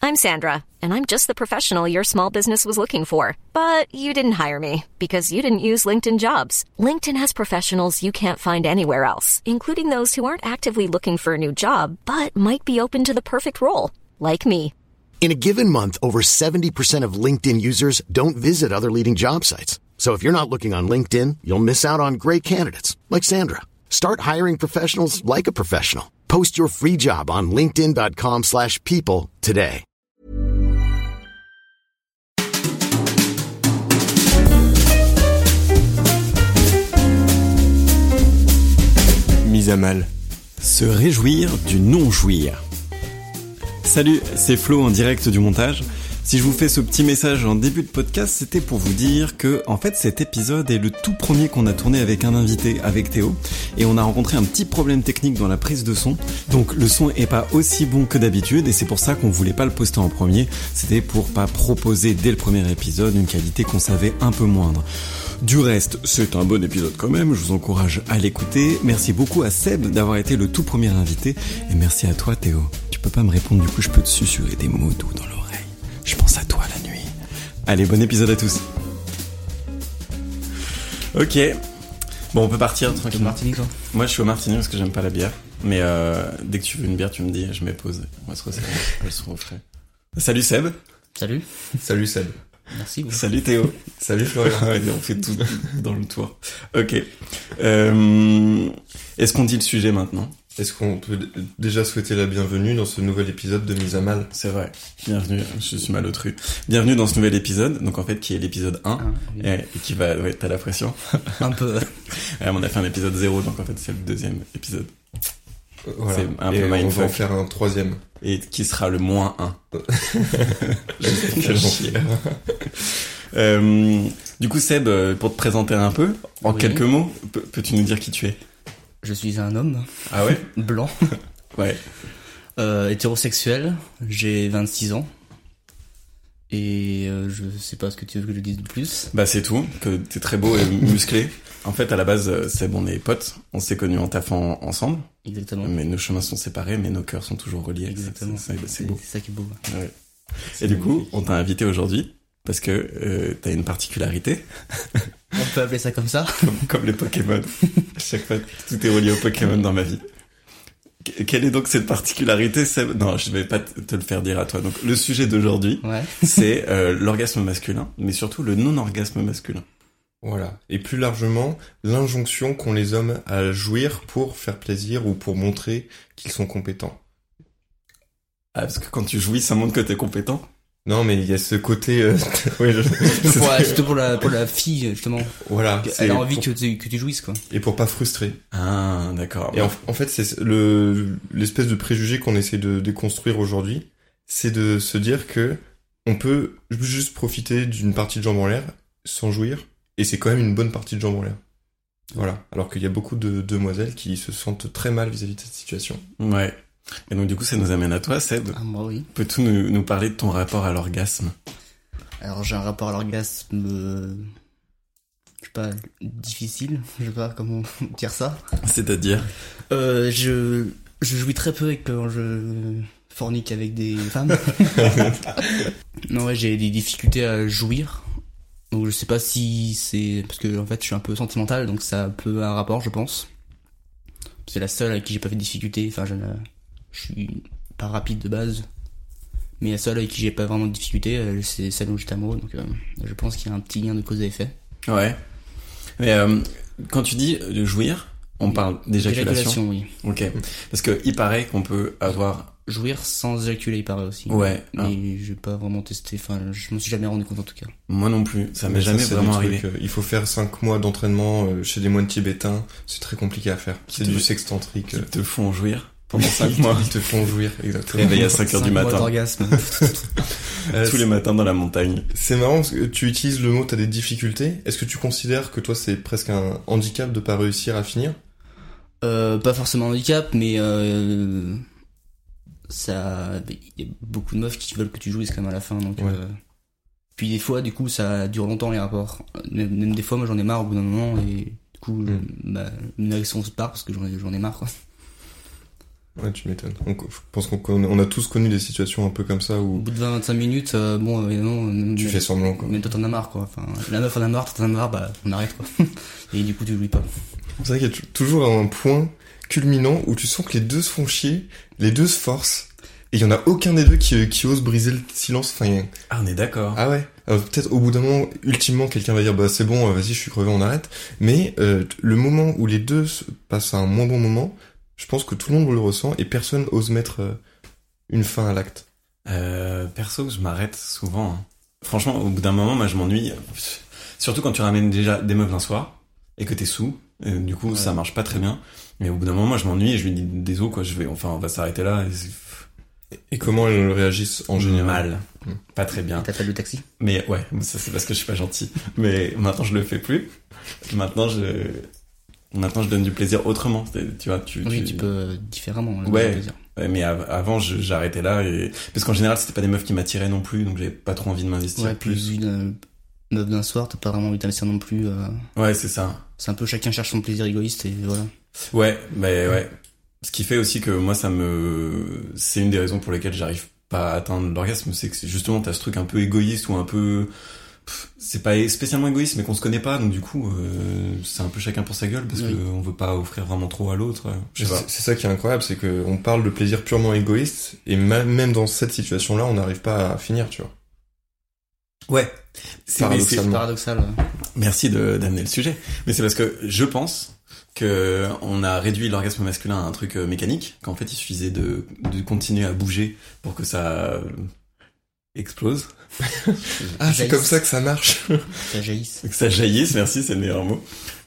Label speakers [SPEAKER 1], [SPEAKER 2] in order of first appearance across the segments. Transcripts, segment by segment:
[SPEAKER 1] I'm Sandra, and I'm just the professional your small business was looking for. But you didn't hire me because you didn't use LinkedIn Jobs. LinkedIn has professionals you can't find anywhere else, including those who aren't actively looking for a new job, but might be open to the perfect role, like me.
[SPEAKER 2] In a given month, over 70% of LinkedIn users don't visit other leading job sites. So if you're not looking on LinkedIn, you'll miss out on great candidates, like Sandra. Start hiring professionals like a professional. Post your free job on linkedin.com/people today.
[SPEAKER 3] Mise à mal. Se réjouir du non-jouir. Salut, c'est Flo en direct du montage. Si je vous fais ce petit message en début de podcast, c'était pour vous dire que, en fait, cet épisode est le tout premier qu'on a tourné avec un invité, avec Théo, et on a rencontré un petit problème technique dans la prise de son. Donc, le son est pas aussi bon que d'habitude, et c'est pour ça qu'on voulait pas le poster en premier. C'était pour pas proposer dès le premier épisode une qualité qu'on savait un peu moindre. Du reste, c'est un bon épisode quand même, je vous encourage à l'écouter. Merci beaucoup à Seb d'avoir été le tout premier invité, et merci à toi Théo. Tu peux pas me répondre, du coup je peux te susurrer des mots doux dans l'oreille. Je pense à toi la nuit. Allez, bon épisode à tous. Ok. Bon, on peut partir tranquillement.
[SPEAKER 4] Martini, toi ?
[SPEAKER 3] Moi, je suis au martini parce que j'aime pas la bière. Mais dès que tu veux une bière, tu me dis, je mets pause. On va se resserrer. Elles seront au frais. Salut Seb.
[SPEAKER 4] Salut.
[SPEAKER 5] Salut Seb.
[SPEAKER 4] Merci. Oui.
[SPEAKER 3] Salut Théo.
[SPEAKER 5] Salut Florian.
[SPEAKER 3] On fait tout dans le tour. Ok. Est-ce qu'on dit le sujet maintenant ?
[SPEAKER 5] Est-ce qu'on peut déjà souhaiter la bienvenue dans ce nouvel épisode de Mise à mal ?
[SPEAKER 3] C'est vrai. Bienvenue, je suis malotru. Bienvenue dans ce nouvel épisode, donc en fait qui est l'épisode 1, oui. Et qui va... Ouais, t'as la pression ?
[SPEAKER 4] Un peu.
[SPEAKER 3] Ouais, on a fait un épisode 0, donc en fait c'est le deuxième épisode.
[SPEAKER 5] Voilà.
[SPEAKER 3] C'est un
[SPEAKER 5] et
[SPEAKER 3] peu
[SPEAKER 5] on va en faire un troisième.
[SPEAKER 3] Et qui sera le -1. Du coup Seb, pour te présenter un peu, en quelques mots, peux-tu nous dire qui tu es ?
[SPEAKER 4] Je suis un homme.
[SPEAKER 3] Ah ouais ?
[SPEAKER 4] Blanc.
[SPEAKER 3] Ouais.
[SPEAKER 4] Hétérosexuel. J'ai 26 ans. Et je sais pas ce que tu veux que je dise de plus.
[SPEAKER 3] Bah c'est tout, que t'es très beau et musclé. En fait, à la base, Seb, on est potes. On s'est connus en taffant ensemble.
[SPEAKER 4] Exactement.
[SPEAKER 3] Mais nos chemins sont séparés, mais nos cœurs sont toujours reliés.
[SPEAKER 4] Exactement.
[SPEAKER 3] C'est beau.
[SPEAKER 4] C'est ça qui est beau.
[SPEAKER 3] Ouais. Et du coup, on t'a invité aujourd'hui parce que t'as une particularité.
[SPEAKER 4] On peut appeler ça comme ça.
[SPEAKER 3] Comme les Pokémon. À chaque fois, tout est relié aux Pokémon dans ma vie. Quelle est donc cette particularité, Seb ? Non, je vais pas te le faire dire à toi. Donc, le sujet d'aujourd'hui, c'est l'orgasme masculin, mais surtout le non-orgasme masculin.
[SPEAKER 5] Voilà. Et plus largement, l'injonction qu'ont les hommes à jouir pour faire plaisir ou pour montrer qu'ils sont compétents.
[SPEAKER 3] Ah, parce que quand tu jouis, ça montre que t'es compétent ?
[SPEAKER 5] Non, mais il y a ce côté... oui,
[SPEAKER 4] Surtout pour la fille, justement.
[SPEAKER 5] Voilà.
[SPEAKER 4] Elle a envie que tu jouisses, quoi.
[SPEAKER 5] Et pour pas frustrer.
[SPEAKER 3] Ah, d'accord.
[SPEAKER 5] Et en fait, c'est l'espèce de préjugé qu'on essaie de déconstruire aujourd'hui, c'est de se dire que on peut juste profiter d'une partie de jambes en l'air sans jouir, et c'est quand même une bonne partie de jambes en l'air. Voilà. Alors qu'il y a beaucoup de demoiselles qui se sentent très mal vis-à-vis de cette situation.
[SPEAKER 3] Ouais. Et donc du coup ça nous amène à toi Seb.
[SPEAKER 4] Ah moi oui.
[SPEAKER 3] Peux-tu nous parler de ton rapport à l'orgasme ?
[SPEAKER 4] Alors j'ai un rapport à l'orgasme, je sais pas, difficile, je sais pas comment dire ça.
[SPEAKER 3] C'est-à-dire
[SPEAKER 4] je jouis très peu quand je fornique avec des femmes. Non ouais, j'ai des difficultés à jouir. Donc je sais pas si c'est... Parce que en fait je suis un peu sentimental, donc ça a un peu un rapport je pense. C'est la seule avec qui j'ai pas fait de difficulté, enfin je suis pas rapide de base, mais la seule avec qui j'ai pas vraiment de difficulté, c'est celle dont j'étais amoureux, donc je pense qu'il y a un petit lien de cause à effet.
[SPEAKER 3] Ouais. Mais quand tu dis jouir, on parle d'éjaculation.
[SPEAKER 4] Oui.
[SPEAKER 3] Ok. Parce que il paraît qu'on peut avoir...
[SPEAKER 4] Jouir sans éjaculer, il paraît aussi.
[SPEAKER 3] Ouais.
[SPEAKER 4] Mais j'ai pas vraiment testé, enfin je m'en suis jamais rendu compte en tout cas.
[SPEAKER 3] Moi non plus, ça m'est jamais vraiment arrivé.
[SPEAKER 5] Il faut faire 5 mois d'entraînement chez des moines tibétains, c'est très compliqué à faire. C'est du sexe tantrique.
[SPEAKER 3] Qui te font jouir pendant 5 mois.
[SPEAKER 5] Ils te font jouir, exactement.
[SPEAKER 3] Réveil à 5h du matin.
[SPEAKER 4] 5 mois d'orgasme.
[SPEAKER 3] Tous les matins dans la montagne.
[SPEAKER 5] C'est marrant parce que tu utilises le mot t'as des difficultés. Est-ce que tu considères que toi c'est presque un handicap de pas réussir à finir ?
[SPEAKER 4] Pas forcément handicap, mais ça, il y a beaucoup de meufs qui veulent que tu jouisses quand même à la fin, donc
[SPEAKER 5] ouais.
[SPEAKER 4] Puis des fois du coup ça dure longtemps les rapports, même des fois moi j'en ai marre au bout d'un moment, et du coup une érection se part parce que j'en ai marre quoi.
[SPEAKER 5] Ouais, tu m'étonnes. Je pense qu'on a tous connu des situations un peu comme ça
[SPEAKER 4] Au
[SPEAKER 5] où
[SPEAKER 4] bout de 20-25 minutes, bon, évidemment...
[SPEAKER 5] tu fais semblant, quoi.
[SPEAKER 4] Mais toi, t'en as marre, quoi. Enfin, la meuf en a marre, toi, t'en as marre, bah, on arrête, quoi. Et du coup, tu jouis pas.
[SPEAKER 5] C'est vrai qu'il y a toujours un point culminant où tu sens que les deux se font chier, les deux se forcent, et il y en a aucun des deux qui ose briser le silence. Enfin,
[SPEAKER 3] Ah, on est d'accord.
[SPEAKER 5] ah ouais. Alors, peut-être au bout d'un moment, ultimement, quelqu'un va dire bah c'est bon, vas-y, je suis crevé, on arrête. Mais le moment où les deux passent un moins bon moment, je pense que tout le monde le ressent et personne ose mettre une fin à l'acte.
[SPEAKER 3] Perso, je m'arrête souvent. Hein. Franchement, au bout d'un moment, moi, je m'ennuie. Surtout quand tu ramènes déjà des meufs d'un soir et que t'es sous. Du coup, ça marche pas très bien. Mais au bout d'un moment, moi, je m'ennuie et je lui dis désolé, quoi. On va s'arrêter là.
[SPEAKER 5] Et comment elles réagissent en général?
[SPEAKER 3] Mal. Pas très bien.
[SPEAKER 4] T'appelles le taxi?
[SPEAKER 3] Mais ouais, ça c'est parce que je suis pas gentil. Mais maintenant, je le fais plus. Maintenant, je donne du plaisir autrement. Tu vois, tu
[SPEAKER 4] peux différemment.
[SPEAKER 3] Ouais. Plaisir. Ouais, mais avant, j'arrêtais là parce qu'en général, c'était pas des meufs qui m'attiraient non plus, donc j'avais pas trop envie de m'investir.
[SPEAKER 4] Ouais, plus une meuf d'un soir, t'as pas vraiment envie d'investir non plus.
[SPEAKER 3] Ouais, c'est ça.
[SPEAKER 4] C'est un peu chacun cherche son plaisir égoïste et voilà.
[SPEAKER 3] Ouais, mais ouais. Ce qui fait aussi que moi, c'est une des raisons pour lesquelles j'arrive pas à atteindre l'orgasme, c'est que justement t'as ce truc un peu égoïste ou un peu, c'est pas spécialement égoïste, mais qu'on se connaît pas, donc du coup, c'est un peu chacun pour sa gueule parce que on veut pas offrir vraiment trop à l'autre.
[SPEAKER 5] C'est ça qui est incroyable, c'est que on parle de plaisir purement égoïste et même dans cette situation-là, on n'arrive pas à finir, tu vois.
[SPEAKER 3] Ouais.
[SPEAKER 4] C'est paradoxal.
[SPEAKER 3] Merci d'amener le sujet. Mais c'est parce que je pense que on a réduit l'orgasme masculin à un truc mécanique, qu'en fait il suffisait de continuer à bouger pour que ça explose.
[SPEAKER 5] Ah, c'est comme ça que ça marche.
[SPEAKER 4] Ça jaillisse.
[SPEAKER 3] Que ça jaillisse, merci, c'est le meilleur mot.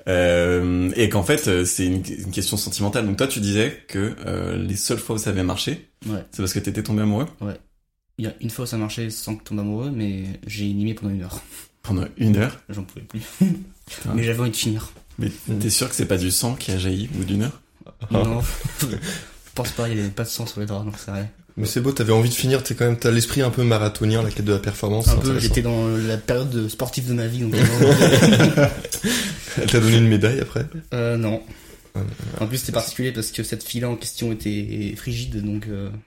[SPEAKER 3] Et qu'en fait c'est une question sentimentale. Donc toi tu disais que les seules fois où ça avait marché, c'est parce que t'étais tombé amoureux.
[SPEAKER 4] Ouais. Il y a une fois où ça marchait sans que tombe amoureux, mais j'ai animé pendant 1 heure.
[SPEAKER 3] Pendant 1 heure?
[SPEAKER 4] J'en pouvais plus. Mais j'avais envie de finir.
[SPEAKER 3] Mais t'es sûr que c'est pas du sang qui a jailli au bout d'1 heure?
[SPEAKER 4] Non, je pense pas, il y avait pas de sang sur les draps, donc c'est vrai.
[SPEAKER 5] Mais c'est beau, t'avais envie de finir, t'as l'esprit un peu marathonien, la quête de la performance.
[SPEAKER 4] Un peu, j'étais dans la période sportive de ma vie, donc.
[SPEAKER 5] Elle t'a donné une médaille après?
[SPEAKER 4] Non. En plus, c'était particulier parce que cette fille-là en question était frigide, donc.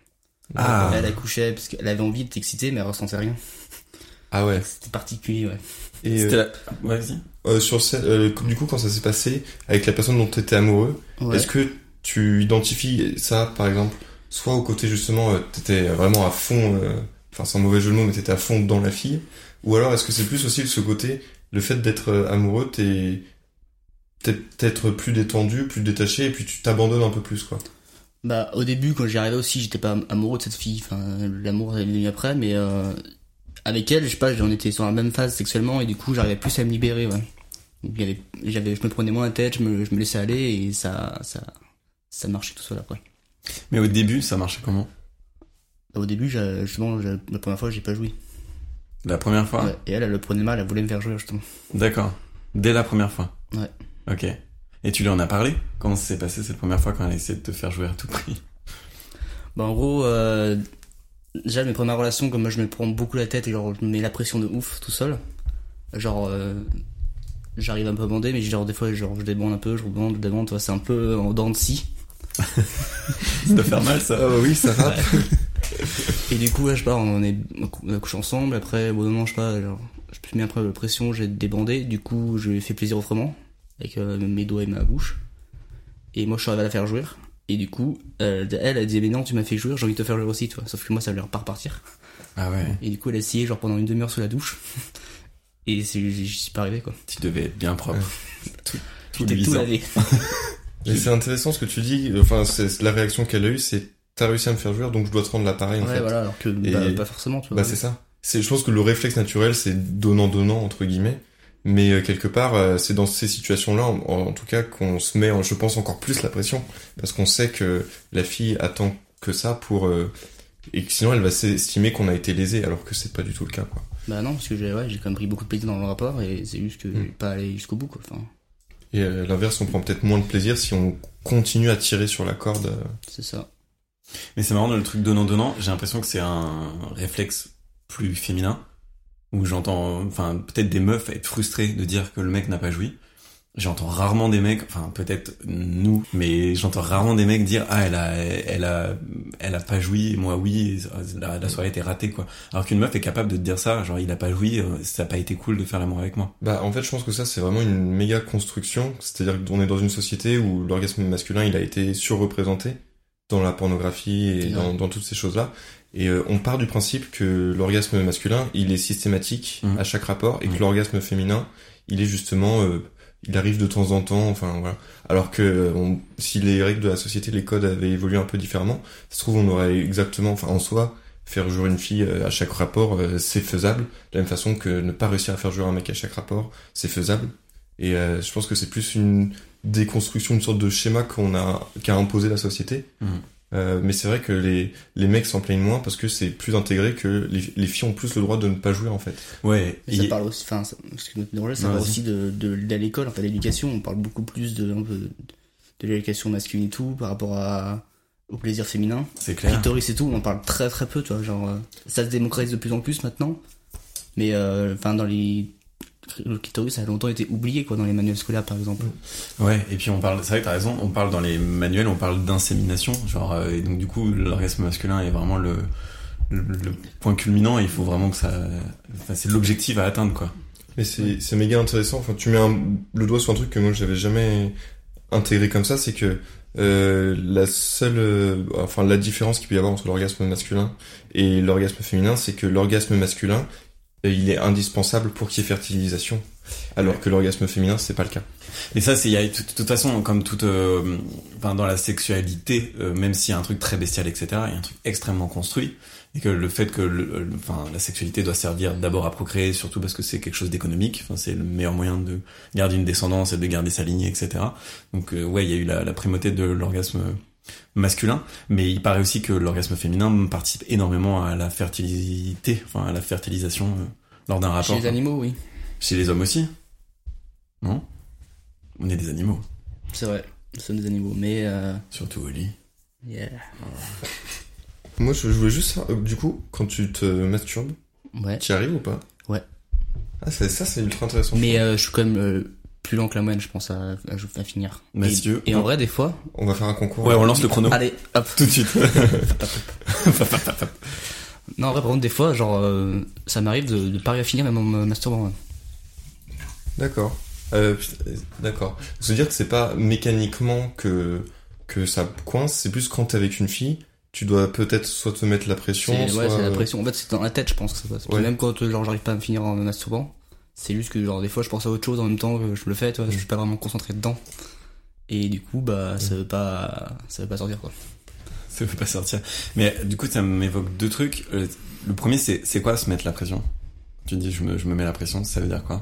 [SPEAKER 4] Elle accouchait parce qu'elle avait envie d'être excitée, mais elle ressentait rien.
[SPEAKER 5] Ah ouais.
[SPEAKER 4] C'était particulier, ouais.
[SPEAKER 5] Et
[SPEAKER 3] c'était ouais, vas-y.
[SPEAKER 5] Du coup, quand ça s'est passé avec la personne dont t'étais amoureux, est-ce que tu identifies ça, par exemple, soit au côté justement, t'étais vraiment à fond, enfin sans mauvais jeu de mots, mais t'étais à fond dans la fille, ou alors est-ce que c'est plus aussi de ce côté, le fait d'être amoureux, t'es peut-être plus détendu, plus détaché, et puis tu t'abandonnes un peu plus, quoi.
[SPEAKER 4] Bah, au début, quand j'y arrivais aussi, j'étais pas amoureux de cette fille, enfin, l'amour est venu après, mais avec elle, je sais pas, on était sur la même phase sexuellement, et du coup, j'arrivais plus à me libérer, ouais. Donc, je me prenais moins la tête, je me laissais aller, et ça marchait tout seul après.
[SPEAKER 3] Mais au début, ça marchait comment?
[SPEAKER 4] Au début, justement, la première fois, j'ai pas joui.
[SPEAKER 3] La première fois?
[SPEAKER 4] Ouais, et elle le prenait mal, elle voulait me faire jouer, justement.
[SPEAKER 3] D'accord. Dès la première fois?
[SPEAKER 4] Ouais.
[SPEAKER 3] Ok. Et tu lui en as parlé? Comment ça s'est passé cette première fois quand elle a essayé de te faire jouer à tout prix?
[SPEAKER 4] Bah, en gros, déjà, mes premières relations, comme moi, je me prends beaucoup la tête et genre, je me mets la pression de ouf tout seul. Genre, j'arrive un peu à bander, mais genre, des fois, genre, je débande un peu, je rebande, tu vois, c'est un peu en dents de scie.
[SPEAKER 3] Ça doit faire mal, ça.
[SPEAKER 5] Oh oui, ça rappe.
[SPEAKER 4] Et du coup, je sais pas, on a couché ensemble, après, au bout d'un moment, je sais pas, genre, je me suis mis un peu de pression, j'ai débandé, du coup, je lui ai fait plaisir autrement, avec mes doigts et ma bouche. Et moi, je suis arrivé à la faire jouir. Et du coup, elle disait, mais non, tu m'as fait jouir, j'ai envie de te faire jouir aussi, tu vois. Sauf que moi, ça voulait pas repartir.
[SPEAKER 3] Ah ouais.
[SPEAKER 4] Et du coup, elle a essayé, genre, pendant 1/2 heure sous la douche. Et j'y suis pas arrivé, quoi.
[SPEAKER 3] Tu devais être bien propre.
[SPEAKER 4] Tout lavé.
[SPEAKER 5] Mais c'est intéressant ce que tu dis, enfin, c'est la réaction qu'elle a eue, c'est, t'as réussi à me faire jouir, donc je dois te rendre l'appareil, en fait.
[SPEAKER 4] Ouais, voilà, alors que, pas forcément, tu vois.
[SPEAKER 5] Bah, c'est ça. Je pense que le réflexe naturel, c'est donnant, entre guillemets. Mais quelque part, c'est dans ces situations-là, en tout cas, qu'on se met, je pense, encore plus la pression. Parce qu'on sait que la fille attend que ça pour... et que sinon, elle va s'estimer qu'on a été lésé, alors que c'est pas du tout le cas, quoi.
[SPEAKER 4] Bah non, parce que j'ai quand même pris beaucoup de plaisir dans le rapport, et c'est juste que j'ai pas allé jusqu'au bout, quoi. Enfin...
[SPEAKER 5] Et à l'inverse, on prend peut-être moins de plaisir si on continue à tirer sur la corde.
[SPEAKER 4] C'est ça.
[SPEAKER 3] Mais c'est marrant, dans le truc donnant, j'ai l'impression que c'est un réflexe plus féminin. Où j'entends, enfin, peut-être des meufs être frustrées de dire que le mec n'a pas joui. J'entends rarement des mecs, enfin peut-être nous, mais j'entends rarement des mecs dire elle a pas joui, moi oui, la soirée était ratée quoi. Alors qu'une meuf est capable de te dire ça, genre il a pas joui, ça a pas été cool de faire l'amour avec moi.
[SPEAKER 5] Bah en fait je pense que ça c'est vraiment une méga construction, c'est-à-dire qu'on est dans une société où l'orgasme masculin il a été surreprésenté dans la pornographie et dans toutes ces choses-là. Et on part du principe que l'orgasme masculin il est systématique à chaque rapport et que l'orgasme féminin il est justement il arrive de temps en temps, enfin voilà. Alors que si les règles de la société, les codes avaient évolué un peu différemment, ça se trouve on aurait exactement, enfin en soi, faire jouer une fille à chaque rapport, c'est faisable. De la même façon que ne pas réussir à faire jouer un mec à chaque rapport, c'est faisable. Et je pense que c'est plus une déconstruction, une sorte de schéma qu'a imposé la société. Mais c'est vrai que les mecs s'en plaignent moins parce que c'est plus intégré que les filles ont plus le droit de ne pas jouer en fait.
[SPEAKER 3] Ouais.
[SPEAKER 4] Mais ça parle aussi, enfin, parce que ça parle aussi de l'école, enfin, l'éducation. On parle beaucoup plus de l'éducation masculine et tout par rapport au plaisir féminin.
[SPEAKER 3] C'est clair.
[SPEAKER 4] Clitoris et tout, on en parle très très peu, tu vois. Genre, ça se démocratise de plus en plus maintenant. Mais, enfin, le clitoris ça a longtemps été oublié quoi dans les manuels scolaires par exemple.
[SPEAKER 3] Ouais, et puis c'est vrai que t'as raison, on parle dans les manuels, on parle d'insémination, genre et donc du coup l'orgasme masculin est vraiment le point culminant et il faut vraiment que c'est l'objectif à atteindre quoi.
[SPEAKER 5] Mais c'est méga intéressant, enfin tu mets le doigt sur un truc que moi j'avais jamais intégré comme ça, c'est que la différence qu'il peut y avoir entre l'orgasme masculin et l'orgasme féminin, c'est que l'orgasme masculin il est indispensable pour qu'il y ait fertilisation, alors que l'orgasme féminin c'est pas le cas.
[SPEAKER 3] Et ça c'est de toute façon comme toute dans la sexualité, même s'il y a un truc très bestial etc, il y a un truc extrêmement construit et que le fait que la sexualité doit servir d'abord à procréer, surtout parce que c'est quelque chose d'économique, enfin c'est le meilleur moyen de garder une descendance et de garder sa lignée etc. Donc ouais il y a eu la primauté de l'orgasme masculin, mais il paraît aussi que l'orgasme féminin participe énormément à la fertilité, enfin à la fertilisation lors d'un rapport.
[SPEAKER 4] Chez les animaux, oui.
[SPEAKER 3] Chez les hommes aussi. Non ? On est des animaux.
[SPEAKER 4] C'est vrai, nous sommes des animaux, mais
[SPEAKER 3] surtout au lit.
[SPEAKER 4] Yeah.
[SPEAKER 5] Moi je voulais juste savoir, du coup, quand tu te masturbes,
[SPEAKER 4] ouais.
[SPEAKER 5] Tu y arrives ou pas ?
[SPEAKER 4] Ouais.
[SPEAKER 5] Ah c'est ultra intéressant.
[SPEAKER 4] Mais je suis quand même plus lent que la moyenne, je pense, à finir. Et en vrai, des fois...
[SPEAKER 5] On va faire un concours.
[SPEAKER 3] Ouais, on lance le chrono.
[SPEAKER 4] Allez, hop.
[SPEAKER 3] Tout de suite.
[SPEAKER 4] Non, en vrai, par contre, des fois, genre, ça m'arrive de pas arriver à finir même en me masturbant. Ouais.
[SPEAKER 5] D'accord. D'accord. C'est-à-dire que c'est pas mécaniquement que ça coince, c'est plus quand t'es avec une fille, tu dois peut-être soit te mettre la pression,
[SPEAKER 4] soit... Ouais, c'est la pression. En fait, c'est dans la tête, je pense que ça passe. Ouais. Même quand, genre, j'arrive pas à me finir en me masturbant, c'est juste que genre des fois je pense à autre chose en même temps que je le fais, tu vois, je suis pas vraiment concentré dedans. Et du coup ça veut pas sortir quoi.
[SPEAKER 3] Ça veut pas sortir. Mais du coup ça m'évoque deux trucs. Le premier c'est quoi se mettre la pression ? Tu dis je me mets la pression, ça veut dire quoi ?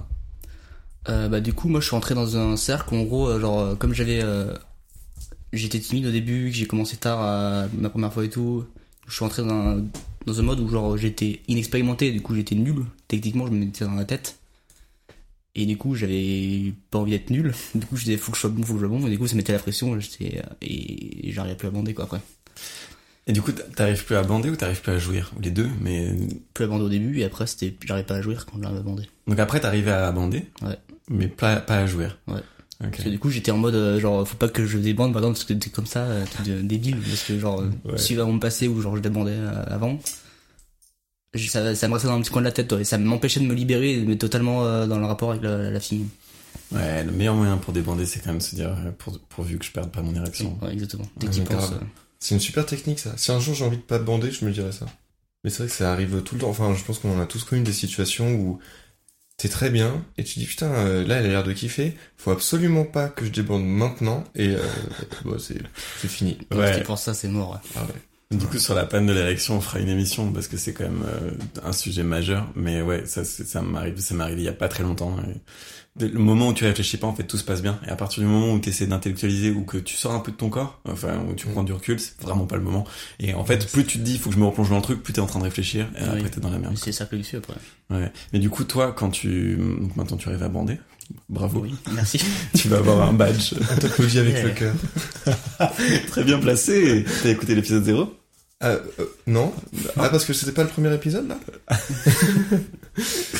[SPEAKER 4] Du coup moi je suis rentré dans un cercle où en gros comme j'étais timide au début, que j'ai commencé tard ma première fois et tout, je suis rentré dans un mode où genre j'étais inexpérimenté, du coup j'étais nul, techniquement je me mettais dans la tête. Et du coup, j'avais pas envie d'être nul. Du coup, je disais, faut que je sois bon. Et du coup, ça mettait la pression. Et j'arrivais plus à bander, quoi, après.
[SPEAKER 3] Et du coup, t'arrives plus à bander ou t'arrives plus à jouir ? Ou les deux, mais...
[SPEAKER 4] Plus à bander au début, et après, j'arrivais pas à jouir quand j'arrivais à bander.
[SPEAKER 3] Donc après, t'arrivais à bander ?
[SPEAKER 4] Ouais.
[SPEAKER 3] Mais pas à jouir ?
[SPEAKER 4] Ouais.
[SPEAKER 3] Okay.
[SPEAKER 4] Parce que du coup, j'étais en mode, genre, faut pas que je débande, par exemple, parce que t'es comme ça, t'es débile. Parce que, genre, si avant me passer ou genre, je débandais avant... ça me restait dans un petit coin de la tête, toi, et ça m'empêchait de me libérer, mais totalement dans le rapport avec la fille.
[SPEAKER 3] Ouais, le meilleur moyen pour débander, c'est quand même de se dire, pourvu que je perde pas mon érection.
[SPEAKER 4] Ouais, exactement. Dès que t'y penses.
[SPEAKER 5] C'est une super technique, ça. Si un jour j'ai envie de pas bander, je me dirais ça. Mais c'est vrai que ça arrive tout le temps. Enfin, je pense qu'on en a tous connu des situations où t'es très bien, et tu dis, putain, là, elle a l'air de kiffer, faut absolument pas que je débande maintenant, et c'est fini.
[SPEAKER 3] Ouais.
[SPEAKER 4] Si tu penses ça, c'est mort, ouais.
[SPEAKER 5] Ah ouais.
[SPEAKER 3] Du coup, sur la panne de l'érection, on fera une émission parce que c'est quand même un sujet majeur. Mais ouais, ça m'arrive il y a pas très longtemps. Et le moment où tu réfléchis pas, en fait, tout se passe bien. Et à partir du moment où tu essaies d'intellectualiser ou que tu sors un peu de ton corps, enfin, où tu prends du recul, c'est vraiment pas le moment. Et en fait, plus tu te dis, faut que je me replonge dans le truc, plus t'es en train de réfléchir. Et après, t'es dans la merde.
[SPEAKER 4] C'est ça que vicieux après.
[SPEAKER 3] Ouais. Mais du coup, toi, maintenant tu arrives à bander. Bravo.
[SPEAKER 4] Oui, merci.
[SPEAKER 3] Tu vas avoir un badge.
[SPEAKER 5] On t'applaudit avec le cœur.
[SPEAKER 3] Très bien placé. T'as écouté l'épisode 0 ?
[SPEAKER 5] Non. Ah, parce que c'était pas le premier épisode, là?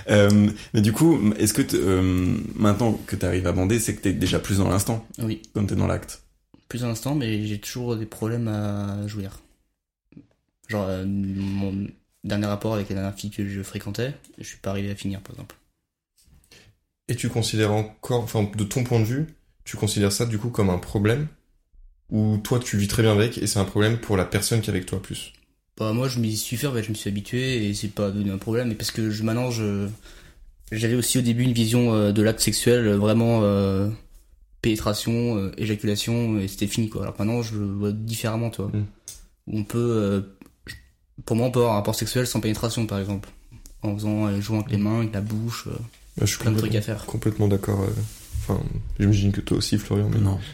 [SPEAKER 3] Mais du coup, est-ce que maintenant que t'arrives à bander, c'est que t'es déjà plus dans l'instant
[SPEAKER 4] Oui,
[SPEAKER 3] quand t'es dans l'acte?
[SPEAKER 4] plus un instant, mais j'ai toujours des problèmes à jouir. Genre, mon dernier rapport avec la dernière fille que je fréquentais, je suis pas arrivé à finir, par exemple.
[SPEAKER 5] Et tu considères encore, enfin, de ton point de vue, tu considères ça du coup comme un problème? Ou toi tu vis très bien avec et c'est un problème pour la personne qui est avec toi plus?
[SPEAKER 4] Bah, moi, je m'y suis fait, en fait, je me suis habitué et c'est pas devenu un problème. Et parce que maintenant, j'avais aussi au début une vision de l'acte sexuel vraiment pénétration, éjaculation, et c'était fini, quoi. Alors que maintenant, je le vois différemment, toi. On peut, pour moi, on peut avoir un rapport sexuel sans pénétration, par exemple. En faisant, jouant avec les mains, avec la bouche,
[SPEAKER 5] Je suis
[SPEAKER 4] plein de trucs à faire.
[SPEAKER 5] complètement d'accord. Enfin, j'imagine que toi aussi, Florian. Mais...
[SPEAKER 3] Non.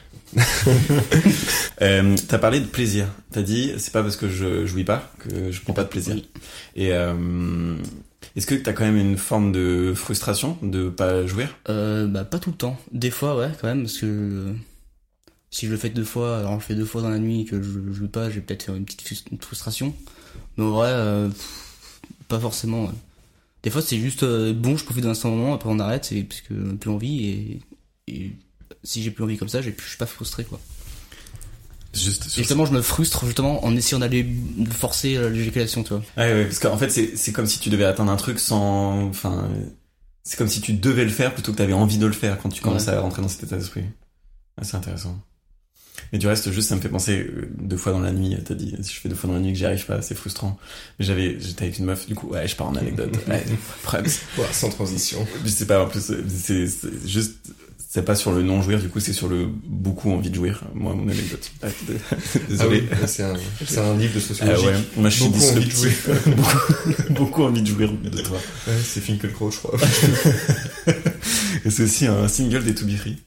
[SPEAKER 3] T'as parlé de plaisir. T'as dit, c'est pas parce que je jouis pas que je prends pas de plaisir.
[SPEAKER 4] Oui.
[SPEAKER 3] Et est-ce que t'as quand même une forme de frustration de pas jouir?
[SPEAKER 4] Bah, pas tout le temps. Des fois, ouais, quand même, parce que si je le fais 2 fois, alors je le fais 2 fois dans la nuit et que je joue pas, j'ai peut-être une petite frustration. Mais en vrai, pas forcément. Ouais. Des fois, c'est juste bon, je profite d'un instant moment, après on arrête, c'est parce que plus envie et si j'ai plus envie comme ça, je suis pas frustré, quoi.
[SPEAKER 3] Juste sur
[SPEAKER 4] Justement, je me frustre justement en essayant d'aller forcer l'éjaculation, tu vois.
[SPEAKER 3] ouais, parce qu'en fait, c'est comme si tu devais atteindre un truc sans, enfin, c'est comme si tu devais le faire plutôt que t'avais envie de le faire quand tu commences à rentrer dans cet état d'esprit. Ouais, c'est intéressant. Mais du reste, juste, ça me fait penser 2 fois dans la nuit. T'as dit, si je fais 2 fois dans la nuit que j'y arrive pas, c'est frustrant. Mais j'étais avec une meuf, du coup, ouais, je pars en anecdote. Ouais,
[SPEAKER 5] sans transition.
[SPEAKER 3] je sais pas, en plus, c'est juste, c'est pas sur le non-jouir, du coup, c'est sur le beaucoup envie de jouir. Moi, mon anecdote. Désolé.
[SPEAKER 5] Ah oui, c'est un livre de sociologie.
[SPEAKER 3] Ouais. Moi, je suis
[SPEAKER 5] beaucoup envie de jouir.
[SPEAKER 3] beaucoup envie de jouir de toi.
[SPEAKER 5] Ouais, c'est Finkielkraut, je crois.
[SPEAKER 3] Et c'est aussi un single des To Be Free.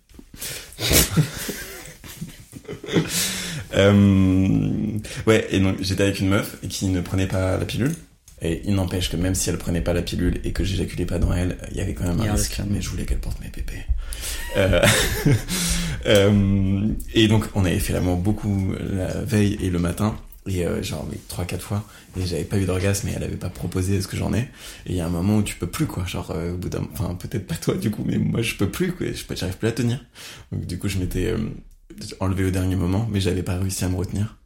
[SPEAKER 3] Ouais, et donc j'étais avec une meuf qui ne prenait pas la pilule. Et il n'empêche que même si elle prenait pas la pilule et que j'éjaculais pas dans elle, il y avait quand même un risque. Mais je voulais qu'elle porte mes pépés. Et donc on avait fait l'amour beaucoup la veille et le matin. Et genre 3-4 fois. Et j'avais pas eu d'orgasme et elle avait pas proposé ce que j'en ai. Et il y a un moment où tu peux plus, quoi. Genre, au bout d'un... Enfin, peut-être pas toi, du coup, mais moi, je peux plus, quoi. J'arrive plus à tenir. Donc, du coup, je m'étais enlevé au dernier moment, mais j'avais pas réussi à me retenir.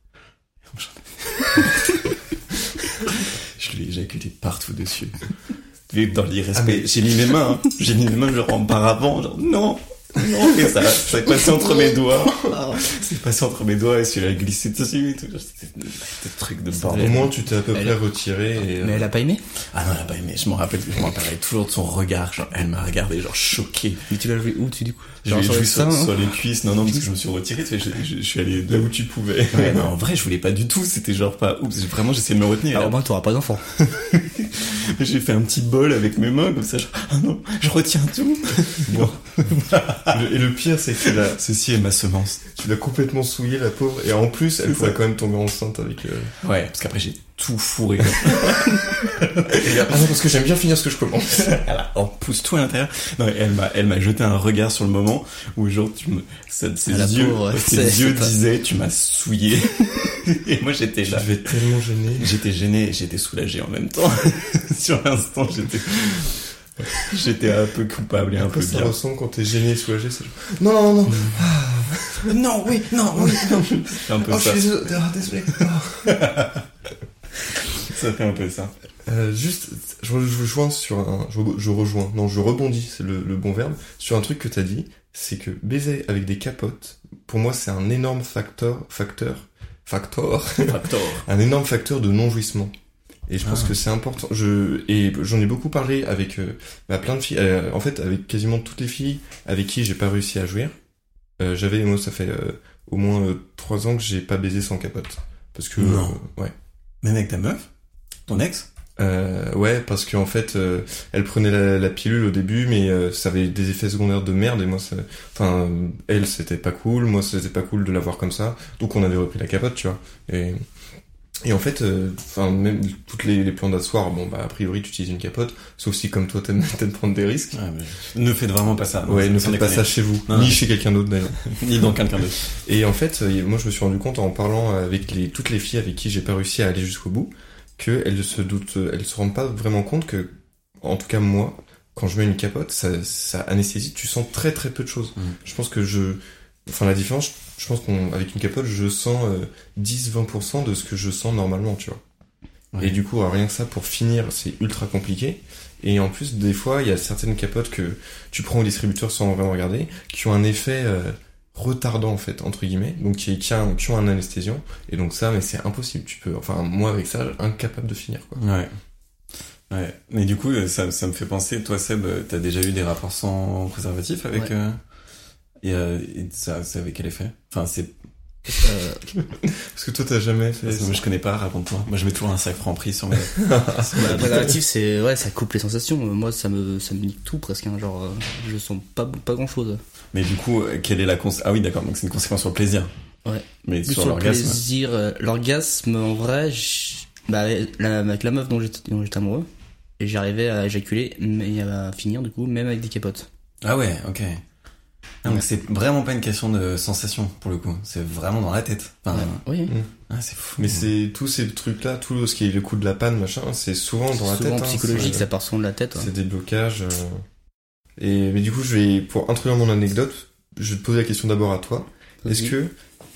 [SPEAKER 3] Je lui ai éjaculé partout dessus. Dans l'irrespect. J'ai mis mes mains, hein. J'ai mis mes mains, genre, en paravent, genre, non! Non, et ça est passé entre mes doigts. C'est passé entre mes doigts et celui-là a glissé dessus et tout. C'était des trucs de bordel.
[SPEAKER 5] Au moins, tu t'es à peu près retiré et...
[SPEAKER 4] Mais elle a pas aimé?
[SPEAKER 3] Ah non, elle a pas aimé. Je m'en rappellerai toujours de son regard. Genre, elle m'a regardé, genre, choqué.
[SPEAKER 4] Mais tu l'as joué où, du coup?
[SPEAKER 3] Je l'ai joué sur les cuisses. Non, parce que je me suis retiré. Tu sais, je suis allé
[SPEAKER 5] là où tu pouvais.
[SPEAKER 3] Ouais, non, en vrai, je voulais pas du tout. C'était genre pas, oups, vraiment, j'essayais de me retenir.
[SPEAKER 4] Alors, au moins, t'auras pas d'enfant.
[SPEAKER 3] J'ai fait un petit bol avec mes mains, comme ça, genre, ah non, je retiens tout.
[SPEAKER 5] Bon. Et le pire, c'est que
[SPEAKER 3] ceci est ma semence.
[SPEAKER 5] Tu l'as complètement souillé, la pauvre, et en plus, elle pourrait quand même tomber enceinte avec...
[SPEAKER 3] Ouais, parce qu'après, j'ai tout fourré.
[SPEAKER 5] Ah non, parce que j'aime bien finir ce que je commence.
[SPEAKER 3] On pousse tout à l'intérieur. Non, elle m'a jeté un regard sur le moment où genre ses yeux disaient tu m'as souillé. Et moi j'étais là.
[SPEAKER 5] Je devais être tellement gêné.
[SPEAKER 3] J'étais gêné et j'étais soulagé en même temps. Sur l'instant, j'étais un peu coupable et un peu bien.
[SPEAKER 5] Ça ressemble quand t'es gêné et soulagé, c'est genre... Non.
[SPEAKER 3] Non, oui. C'est un peu ça.
[SPEAKER 5] Je suis désolé.
[SPEAKER 3] Ça fait un peu ça.
[SPEAKER 5] Juste, je rebondis, c'est le bon verbe, sur un truc que t'as dit, c'est que baiser avec des capotes, pour moi, c'est un énorme facteur, un énorme facteur de non-jouissement. Et je pense que c'est important. Et j'en ai beaucoup parlé avec plein de filles, en fait, avec quasiment toutes les filles avec qui j'ai pas réussi à jouir. Moi, ça fait au moins 3 ans que j'ai pas baisé sans capote. Parce que... ouais.
[SPEAKER 3] Même avec ta meuf? Ton ex?
[SPEAKER 5] Ouais, parce qu'en fait, elle prenait la pilule au début, mais ça avait des effets secondaires de merde, et moi, elle, c'était pas cool, moi, c'était pas cool de la voir comme ça, donc on avait repris la capote, tu vois. Et en fait, même toutes les plans d'asseoir, bon, bah, a priori, tu utilises une capote, sauf si, comme toi, t'aimes prendre des risques.
[SPEAKER 3] Ouais, mais ne faites vraiment pas ça. Non,
[SPEAKER 5] ouais, ne faites pas ça chez vous.
[SPEAKER 3] Non,
[SPEAKER 5] ni chez quelqu'un d'autre, d'ailleurs.
[SPEAKER 3] Ni dans quelqu'un d'autre.
[SPEAKER 5] Et en fait, moi, je me suis rendu compte en parlant avec toutes les filles avec qui j'ai pas réussi à aller jusqu'au bout, qu'elles se rendent pas vraiment compte que, en tout cas moi, quand je mets une capote, ça anesthésie, tu sens très très peu de choses. Je pense que la différence, je pense qu'avec une capote, je sens 10-20% de ce que je sens normalement, tu vois. Ouais. Et du coup, rien que ça, pour finir, c'est ultra compliqué. Et en plus, des fois, il y a certaines capotes que tu prends au distributeur sans vraiment regarder, qui ont un effet retardant, en fait, entre guillemets, donc qui ont un anesthésiant. Et donc ça, mais c'est impossible. Moi, avec ça, incapable de finir, quoi.
[SPEAKER 3] Ouais. Mais du coup, ça me fait penser, toi, Seb, t'as déjà eu des rapports sans préservatif avec... Et ça avec quel effet? Enfin, c'est...
[SPEAKER 5] Parce que toi t'as jamais fait ça.
[SPEAKER 3] Moi je connais pas, raconte-moi. Moi je mets toujours un sac Franprix sur mes...
[SPEAKER 4] Le préservatif, ça coupe les sensations. Moi ça me nique tout presque, hein. Genre je sens pas grand chose.
[SPEAKER 3] Mais du coup, quelle est la Ah oui, d'accord, donc c'est une conséquence sur le plaisir.
[SPEAKER 4] Ouais.
[SPEAKER 3] Mais
[SPEAKER 4] sur
[SPEAKER 3] l'orgasme.
[SPEAKER 4] Le plaisir, l'orgasme en vrai, avec la meuf dont j'étais amoureux, et j'arrivais à éjaculer et à finir du coup même avec des capotes.
[SPEAKER 3] Ah ouais, ok. Donc c'est vraiment pas une question de sensation pour le coup, c'est vraiment dans la tête. Enfin,
[SPEAKER 4] oui.
[SPEAKER 3] Ah, c'est fou.
[SPEAKER 5] Mais c'est tous ces trucs là, tout ce qui est le coup de la panne machin, c'est souvent dans la tête.
[SPEAKER 4] Souvent psychologique, ça part souvent de la tête.
[SPEAKER 5] C'est des blocages. Mais du coup, pour introduire mon anecdote, je vais te poser la question d'abord à toi. Vas-y. Est-ce que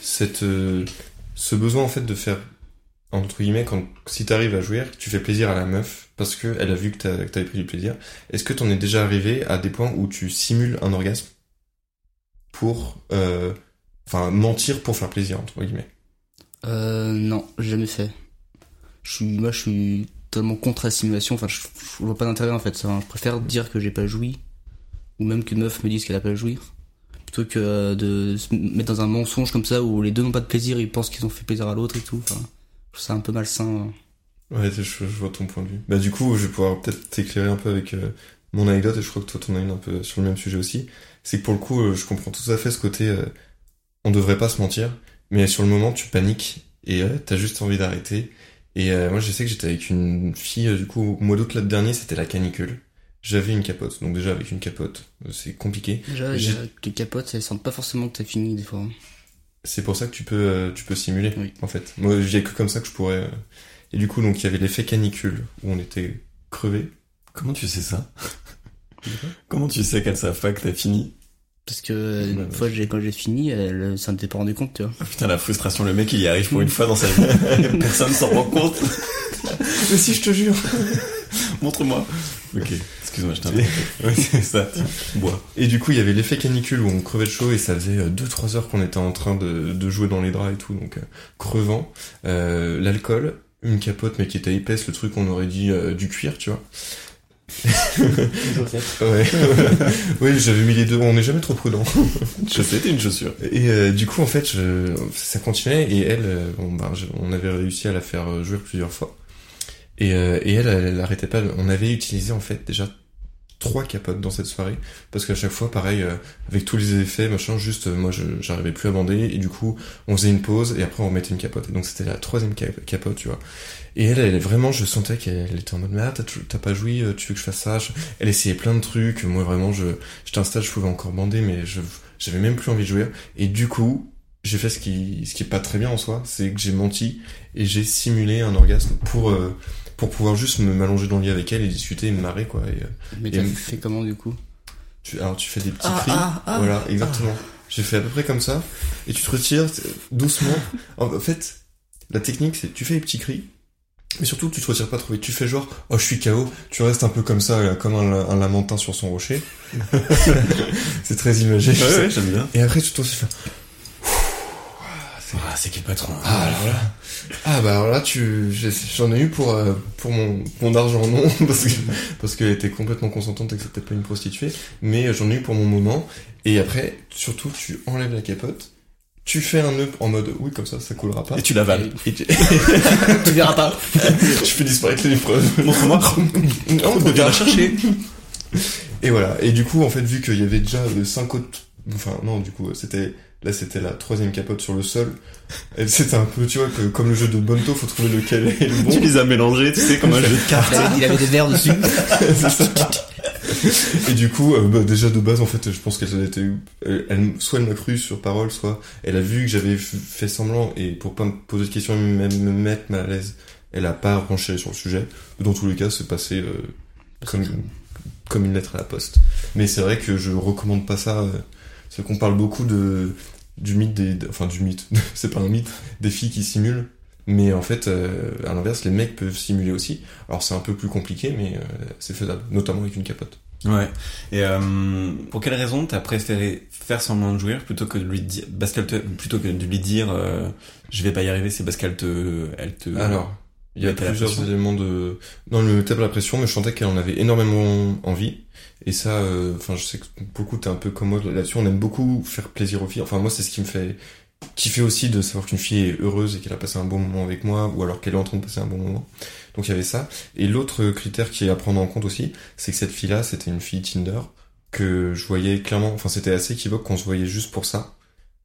[SPEAKER 5] ce besoin en fait de faire entre guillemets si t'arrives à jouir, tu fais plaisir à la meuf parce que elle a vu que t'avais pris du plaisir. Est-ce que t'en es déjà arrivé à des points où tu simules un orgasme pour mentir pour faire plaisir entre guillemets?
[SPEAKER 4] Non, j'ai jamais fait. Je suis totalement contre la simulation. Enfin, je vois pas d'intérêt en fait. Je préfère dire que j'ai pas joui, ou même qu'une meuf me dise qu'elle a pas joui, plutôt que de se mettre dans un mensonge comme ça où les deux n'ont pas de plaisir, ils pensent qu'ils ont fait plaisir à l'autre et tout. Enfin, je trouve ça un peu malsain.
[SPEAKER 5] Ouais, je vois ton point de vue. Bah du coup, je vais pouvoir peut-être t'éclairer un peu avec mon anecdote, et je crois que toi t'en as une un peu sur le même sujet aussi. C'est que pour le coup, je comprends tout à fait ce côté, on devrait pas se mentir, mais sur le moment, tu paniques, et t'as juste envie d'arrêter. Et moi, je sais que j'étais avec une fille, du coup, au mois d'août l'année dernière, c'était la canicule. J'avais une capote, donc déjà avec une capote, c'est compliqué.
[SPEAKER 4] Déjà, les capotes, elles sentent pas forcément que t'as fini, des fois.
[SPEAKER 5] C'est pour ça que tu peux simuler,
[SPEAKER 4] oui.
[SPEAKER 5] En fait. Moi, j'ai que comme ça que je pourrais... Et du coup, donc, il y avait l'effet canicule, où on était crevés.
[SPEAKER 3] Comment tu sais ça? Comment tu sais qu'elles savent pas que t'as fini?
[SPEAKER 4] Parce que une fois quand j'ai fini, elle s'en était pas rendu compte, tu vois.
[SPEAKER 3] Oh, putain, la frustration, le mec il y arrive pour une fois dans sa vie. Personne s'en rend compte.
[SPEAKER 5] Mais si, je te jure.
[SPEAKER 3] Montre-moi. Ok, excuse-moi, je t'invite. Ouais, c'est ça. Bois.
[SPEAKER 5] Et du coup, il y avait l'effet canicule où on crevait de chaud et ça faisait 2-3 heures qu'on était en train de jouer dans les draps et tout, donc crevant. L'alcool, une capote mais qui était épaisse, le truc on aurait dit du cuir, tu vois. Ouais. Oui, j'avais mis les deux. On n'est jamais trop prudent.
[SPEAKER 3] C'était une chaussure.
[SPEAKER 5] Et du coup, en fait, ça continuait et elle, on avait réussi à la faire jouer plusieurs fois. Et elle arrêtait pas. On avait utilisé en fait déjà 3 capotes dans cette soirée parce qu'à chaque fois, pareil, avec tous les effets, machin, juste moi, j'arrivais plus à bander et du coup, on faisait une pause et après on remettait une capote. Et donc c'était la 3e capote, tu vois. Et elle vraiment, je sentais qu'elle était en mode, mais t'as pas joui, tu veux que je fasse ça? Elle essayait plein de trucs. Moi, vraiment, j'étais à un stade, je pouvais encore bander, mais j'avais même plus envie de jouer. Et du coup, j'ai fait ce qui est pas très bien en soi, c'est que j'ai menti et j'ai simulé un orgasme pour pouvoir juste m'allonger dans le lit avec elle et discuter et me marrer, quoi.
[SPEAKER 4] Mais t'as fait comment, du coup?
[SPEAKER 5] Tu fais des petits cris. Voilà, exactement. J'ai fait à peu près comme ça. Et tu te retires doucement. En fait, la technique, c'est tu fais des petits cris. Mais surtout, tu te retires pas trop vite. Tu fais genre, oh, je suis KO. Tu restes un peu comme ça, comme un lamentin sur son rocher. C'est très imagé.
[SPEAKER 3] Ouais, j'aime bien.
[SPEAKER 5] Et après, tu t'en fais.
[SPEAKER 3] C'est qui le patron?
[SPEAKER 5] Alors là, j'en ai eu pour mon argent, non, parce qu'elle était complètement consentante et que c'était pas une prostituée, mais j'en ai eu pour mon moment. Et après, surtout, tu enlèves la capote. Tu fais un nœud en mode, oui, comme ça coulera pas.
[SPEAKER 3] Et tu l'avales.
[SPEAKER 4] Tu verras pas.
[SPEAKER 5] Je fais disparaître l'épreuve.
[SPEAKER 3] Montre-moi. On devient la chercher.
[SPEAKER 5] Et voilà. Et du coup, en fait, vu qu'il y avait déjà 5 autres, enfin, non, du coup, c'était la 3e capote sur le sol. Et c'était un peu, tu vois, que comme le jeu de Bonto, faut trouver lequel est le bon.
[SPEAKER 3] Tu les as mélangés, tu sais, comme un jeu de cartes.
[SPEAKER 4] Il avait des verres dessus.
[SPEAKER 5] C'est ça. Et du coup, déjà de base, en fait, je pense qu'elle était, soit elle m'a cru sur parole, soit elle a vu que j'avais fait semblant, et pour pas me poser de questions, même me mettre mal à l'aise, elle a pas renché sur le sujet. Dans tous les cas, c'est passé comme comme une lettre à la poste. Mais c'est vrai que je recommande pas ça, c'est qu'on parle beaucoup du mythe du mythe, c'est pas un mythe, des filles qui simulent. Mais en fait, à l'inverse, les mecs peuvent simuler aussi. Alors c'est un peu plus compliqué, mais c'est faisable, notamment avec une capote.
[SPEAKER 3] Ouais. Et pour quelle raison t'as préféré faire semblant de jouir plutôt que de lui dire, plutôt que de lui dire je vais pas y arriver, c'est parce elle te.
[SPEAKER 5] Alors, il y a plusieurs éléments dans le tape la pression, mais je sentais qu'elle en avait énormément envie. Et ça, je sais que beaucoup t'es un peu comme moi là-dessus. On aime beaucoup faire plaisir aux filles. Enfin moi, c'est ce qui me fait kiffer aussi de savoir qu'une fille est heureuse et qu'elle a passé un bon moment avec moi, ou alors qu'elle est en train de passer un bon moment. Donc il y avait ça. Et l'autre critère qui est à prendre en compte aussi, c'est que cette fille-là, c'était une fille Tinder, que je voyais clairement, c'était assez équivoque qu'on se voyait juste pour ça.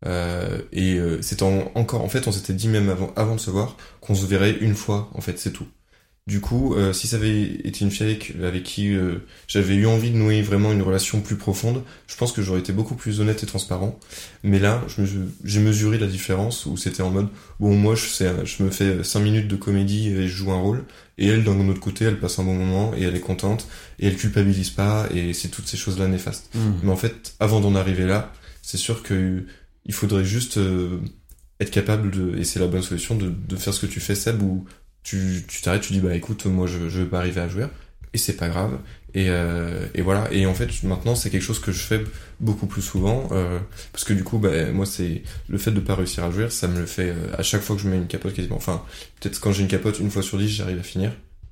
[SPEAKER 5] C'était encore, en fait, on s'était dit même avant de se voir, qu'on se verrait une fois, en fait, c'est tout. Du coup, si ça avait été une fille avec qui j'avais eu envie de nouer vraiment une relation plus profonde, je pense que j'aurais été beaucoup plus honnête et transparent. Mais là, j'ai mesuré la différence où c'était en mode, bon, moi, je me fais 5 minutes de comédie et je joue un rôle. Et elle, d'un autre côté, elle passe un bon moment et elle est contente et elle culpabilise pas et c'est toutes ces choses-là néfastes. Mais en fait, avant d'en arriver là, c'est sûr que il faudrait juste être capable et c'est la bonne solution de faire ce que tu fais, Seb, où tu t'arrêtes, tu dis bah écoute, moi je vais pas arriver à jouer et c'est pas grave et voilà. Et en fait maintenant c'est quelque chose que je fais beaucoup plus souvent parce que du coup moi c'est le fait de pas réussir à jouer, ça me le fait à chaque fois que je mets une capote quasiment. Enfin peut-être quand j'ai une capote une fois sur 10 j'arrive à finir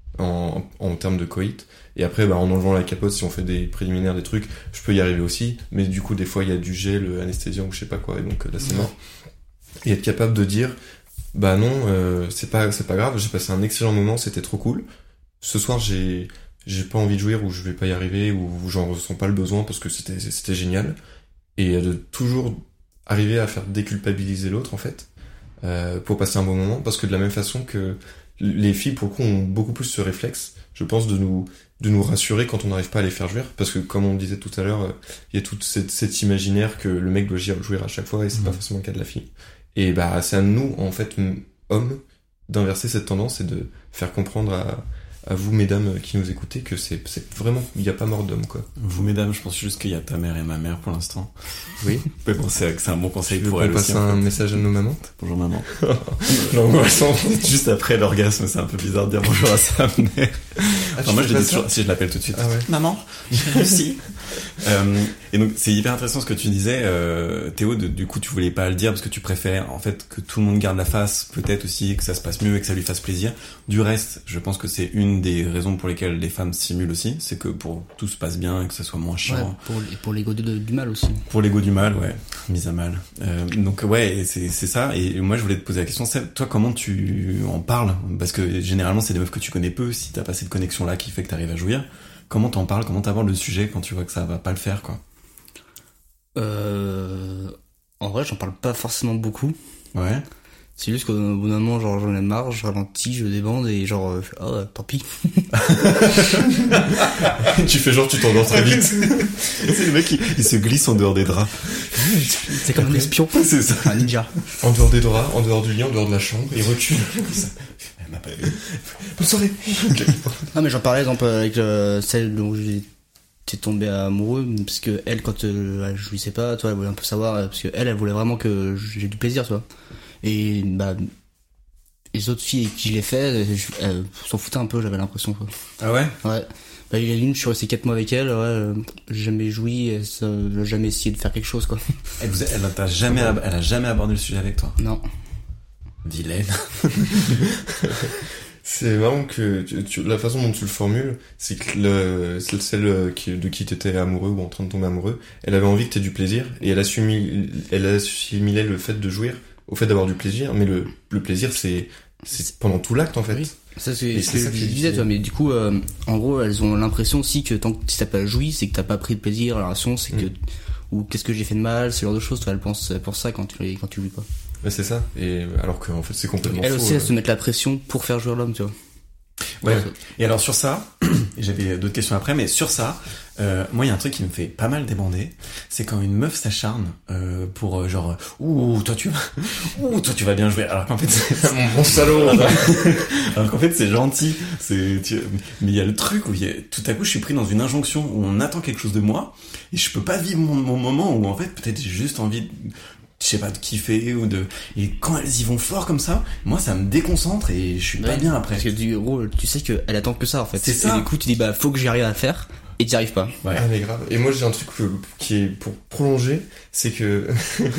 [SPEAKER 5] en termes de coït. Et après en enlevant la capote, si on fait des préliminaires, des trucs, je peux y arriver aussi, mais du coup des fois il y a du gel anesthésiant ou je sais pas quoi et donc là c'est mort. Et être capable de dire bah non, c'est pas grave, j'ai passé un excellent moment, c'était trop cool. Ce soir, j'ai pas envie de jouer ou je vais pas y arriver ou j'en ressens pas le besoin parce que c'était génial. Et de toujours arriver à faire déculpabiliser l'autre en fait, pour passer un bon moment, parce que de la même façon que les filles pour le coup ont beaucoup plus ce réflexe, je pense, de nous rassurer quand on n'arrive pas à les faire jouir, parce que comme on disait tout à l'heure, il y a tout cet imaginaire que le mec doit jouir à chaque fois et c'est pas forcément le cas de la fille. Et c'est à nous, en fait, hommes, d'inverser cette tendance et de faire comprendre à vous, mesdames, qui nous écoutez, que c'est vraiment, il n'y a pas mort d'homme, quoi.
[SPEAKER 3] Vous, mesdames, je pense juste qu'il y a ta mère et ma mère pour l'instant.
[SPEAKER 5] Oui.
[SPEAKER 3] Mais bon, c'est un bon conseil pour
[SPEAKER 5] elles
[SPEAKER 3] aussi.
[SPEAKER 5] On passe un message à nos mamans.
[SPEAKER 3] Bonjour, maman. L'angoissant. Juste après l'orgasme, c'est un peu bizarre de dire bonjour à sa mère. Moi, je le dis toujours, si je l'appelle tout de suite.
[SPEAKER 5] Ah ouais.
[SPEAKER 3] Maman, j'ai réussi. Et donc, c'est hyper intéressant ce que tu disais, Théo, du coup, tu voulais pas le dire parce que tu préfères, en fait, que tout le monde garde la face, peut-être aussi que ça se passe mieux et que ça lui fasse plaisir. Du reste, je pense que c'est une des raisons pour lesquelles les femmes simulent aussi, c'est que pour que tout se passe bien et que ça soit moins chiant.
[SPEAKER 4] Ouais, pour l'ego du mal aussi.
[SPEAKER 3] Pour l'ego du mal, ouais. Mise à mal. Donc, ouais, c'est ça. Et moi, je voulais te poser la question, Seb, toi, comment tu en parles? Parce que généralement, c'est des meufs que tu connais peu, si t'as pas cette connexion-là qui fait que t'arrives à jouir. Comment t'en parles? Comment t'abordes le sujet quand tu vois que ça va pas le faire, quoi?
[SPEAKER 4] En vrai, j'en parle pas forcément beaucoup.
[SPEAKER 3] Ouais.
[SPEAKER 4] C'est juste qu'au bout d'un moment, genre, j'en ai marre, je ralentis, je débande et genre, tant pis.
[SPEAKER 5] Tu fais genre, tu t'endors très vite.
[SPEAKER 3] C'est le mec, il se glisse en dehors des draps.
[SPEAKER 4] C'est comme un espion.
[SPEAKER 3] C'est ça.
[SPEAKER 4] Un ninja.
[SPEAKER 5] En dehors des draps, en dehors du lit, en dehors de la chambre, il recule. Elle m'a pas vu. Bonne soirée.
[SPEAKER 4] Non, mais j'en parlais, par exemple, avec celle dont j'étais tombé amoureux, parce que elle, quand elle jouissait pas, toi, elle voulait un peu savoir, parce que elle voulait vraiment que j'ai du plaisir, toi. Et les autres filles avec qui je l'ai fait, elles s'en foutaient un peu, j'avais l'impression, quoi.
[SPEAKER 3] Ah ouais?
[SPEAKER 4] Ouais. Il y a une, je suis resté 4 mois avec elle, j'ai jamais joui, elle a jamais essayé de faire quelque chose, quoi.
[SPEAKER 3] Elle a jamais abordé le sujet avec toi?
[SPEAKER 4] Non.
[SPEAKER 3] Vilaine.
[SPEAKER 5] C'est marrant que la façon dont tu le formules, c'est que celle de qui t'étais amoureux ou en train de tomber amoureux, elle avait envie que t'aies du plaisir et elle assimilait le fait de jouir au fait d'avoir du plaisir, mais le plaisir c'est pendant tout l'acte en fait. Oui.
[SPEAKER 4] Ça c'est ce que je disais, toi, mais du coup en gros elles ont l'impression aussi que tant que si t'as pas joui, c'est que t'as pas pris de plaisir à la relation, c'est que ou qu'est-ce que j'ai fait de mal, ce genre de choses, toi, elles pensent pour ça quand tu jouis pas.
[SPEAKER 5] Mais c'est ça, et alors qu'en fait c'est complètement faux.
[SPEAKER 4] Elle aussi elle se met la pression pour faire jouer l'homme, tu vois.
[SPEAKER 3] Ouais. Et alors sur ça, et j'avais d'autres questions après, mais sur ça, moi il y a un truc qui me fait pas mal débander, c'est quand une meuf s'acharne pour genre toi tu vas bien jouer, alors qu'en fait c'est
[SPEAKER 5] Mon salaud.
[SPEAKER 3] alors qu'en fait c'est gentil, mais il y a le truc où tout à coup je suis pris dans une injonction où on attend quelque chose de moi et je peux pas vivre mon moment où en fait peut-être j'ai juste envie de, je sais pas, de kiffer et quand elles y vont fort comme ça, moi ça me déconcentre et je suis pas bien après.
[SPEAKER 4] Parce que du gros, tu sais qu'elle attend que ça en fait.
[SPEAKER 3] C'est ça.
[SPEAKER 4] Et du coup tu dis bah faut que j'y arrive à faire et t'y arrives pas.
[SPEAKER 3] Ouais.
[SPEAKER 5] Ah mais grave. Et moi j'ai un truc qui est pour prolonger, c'est que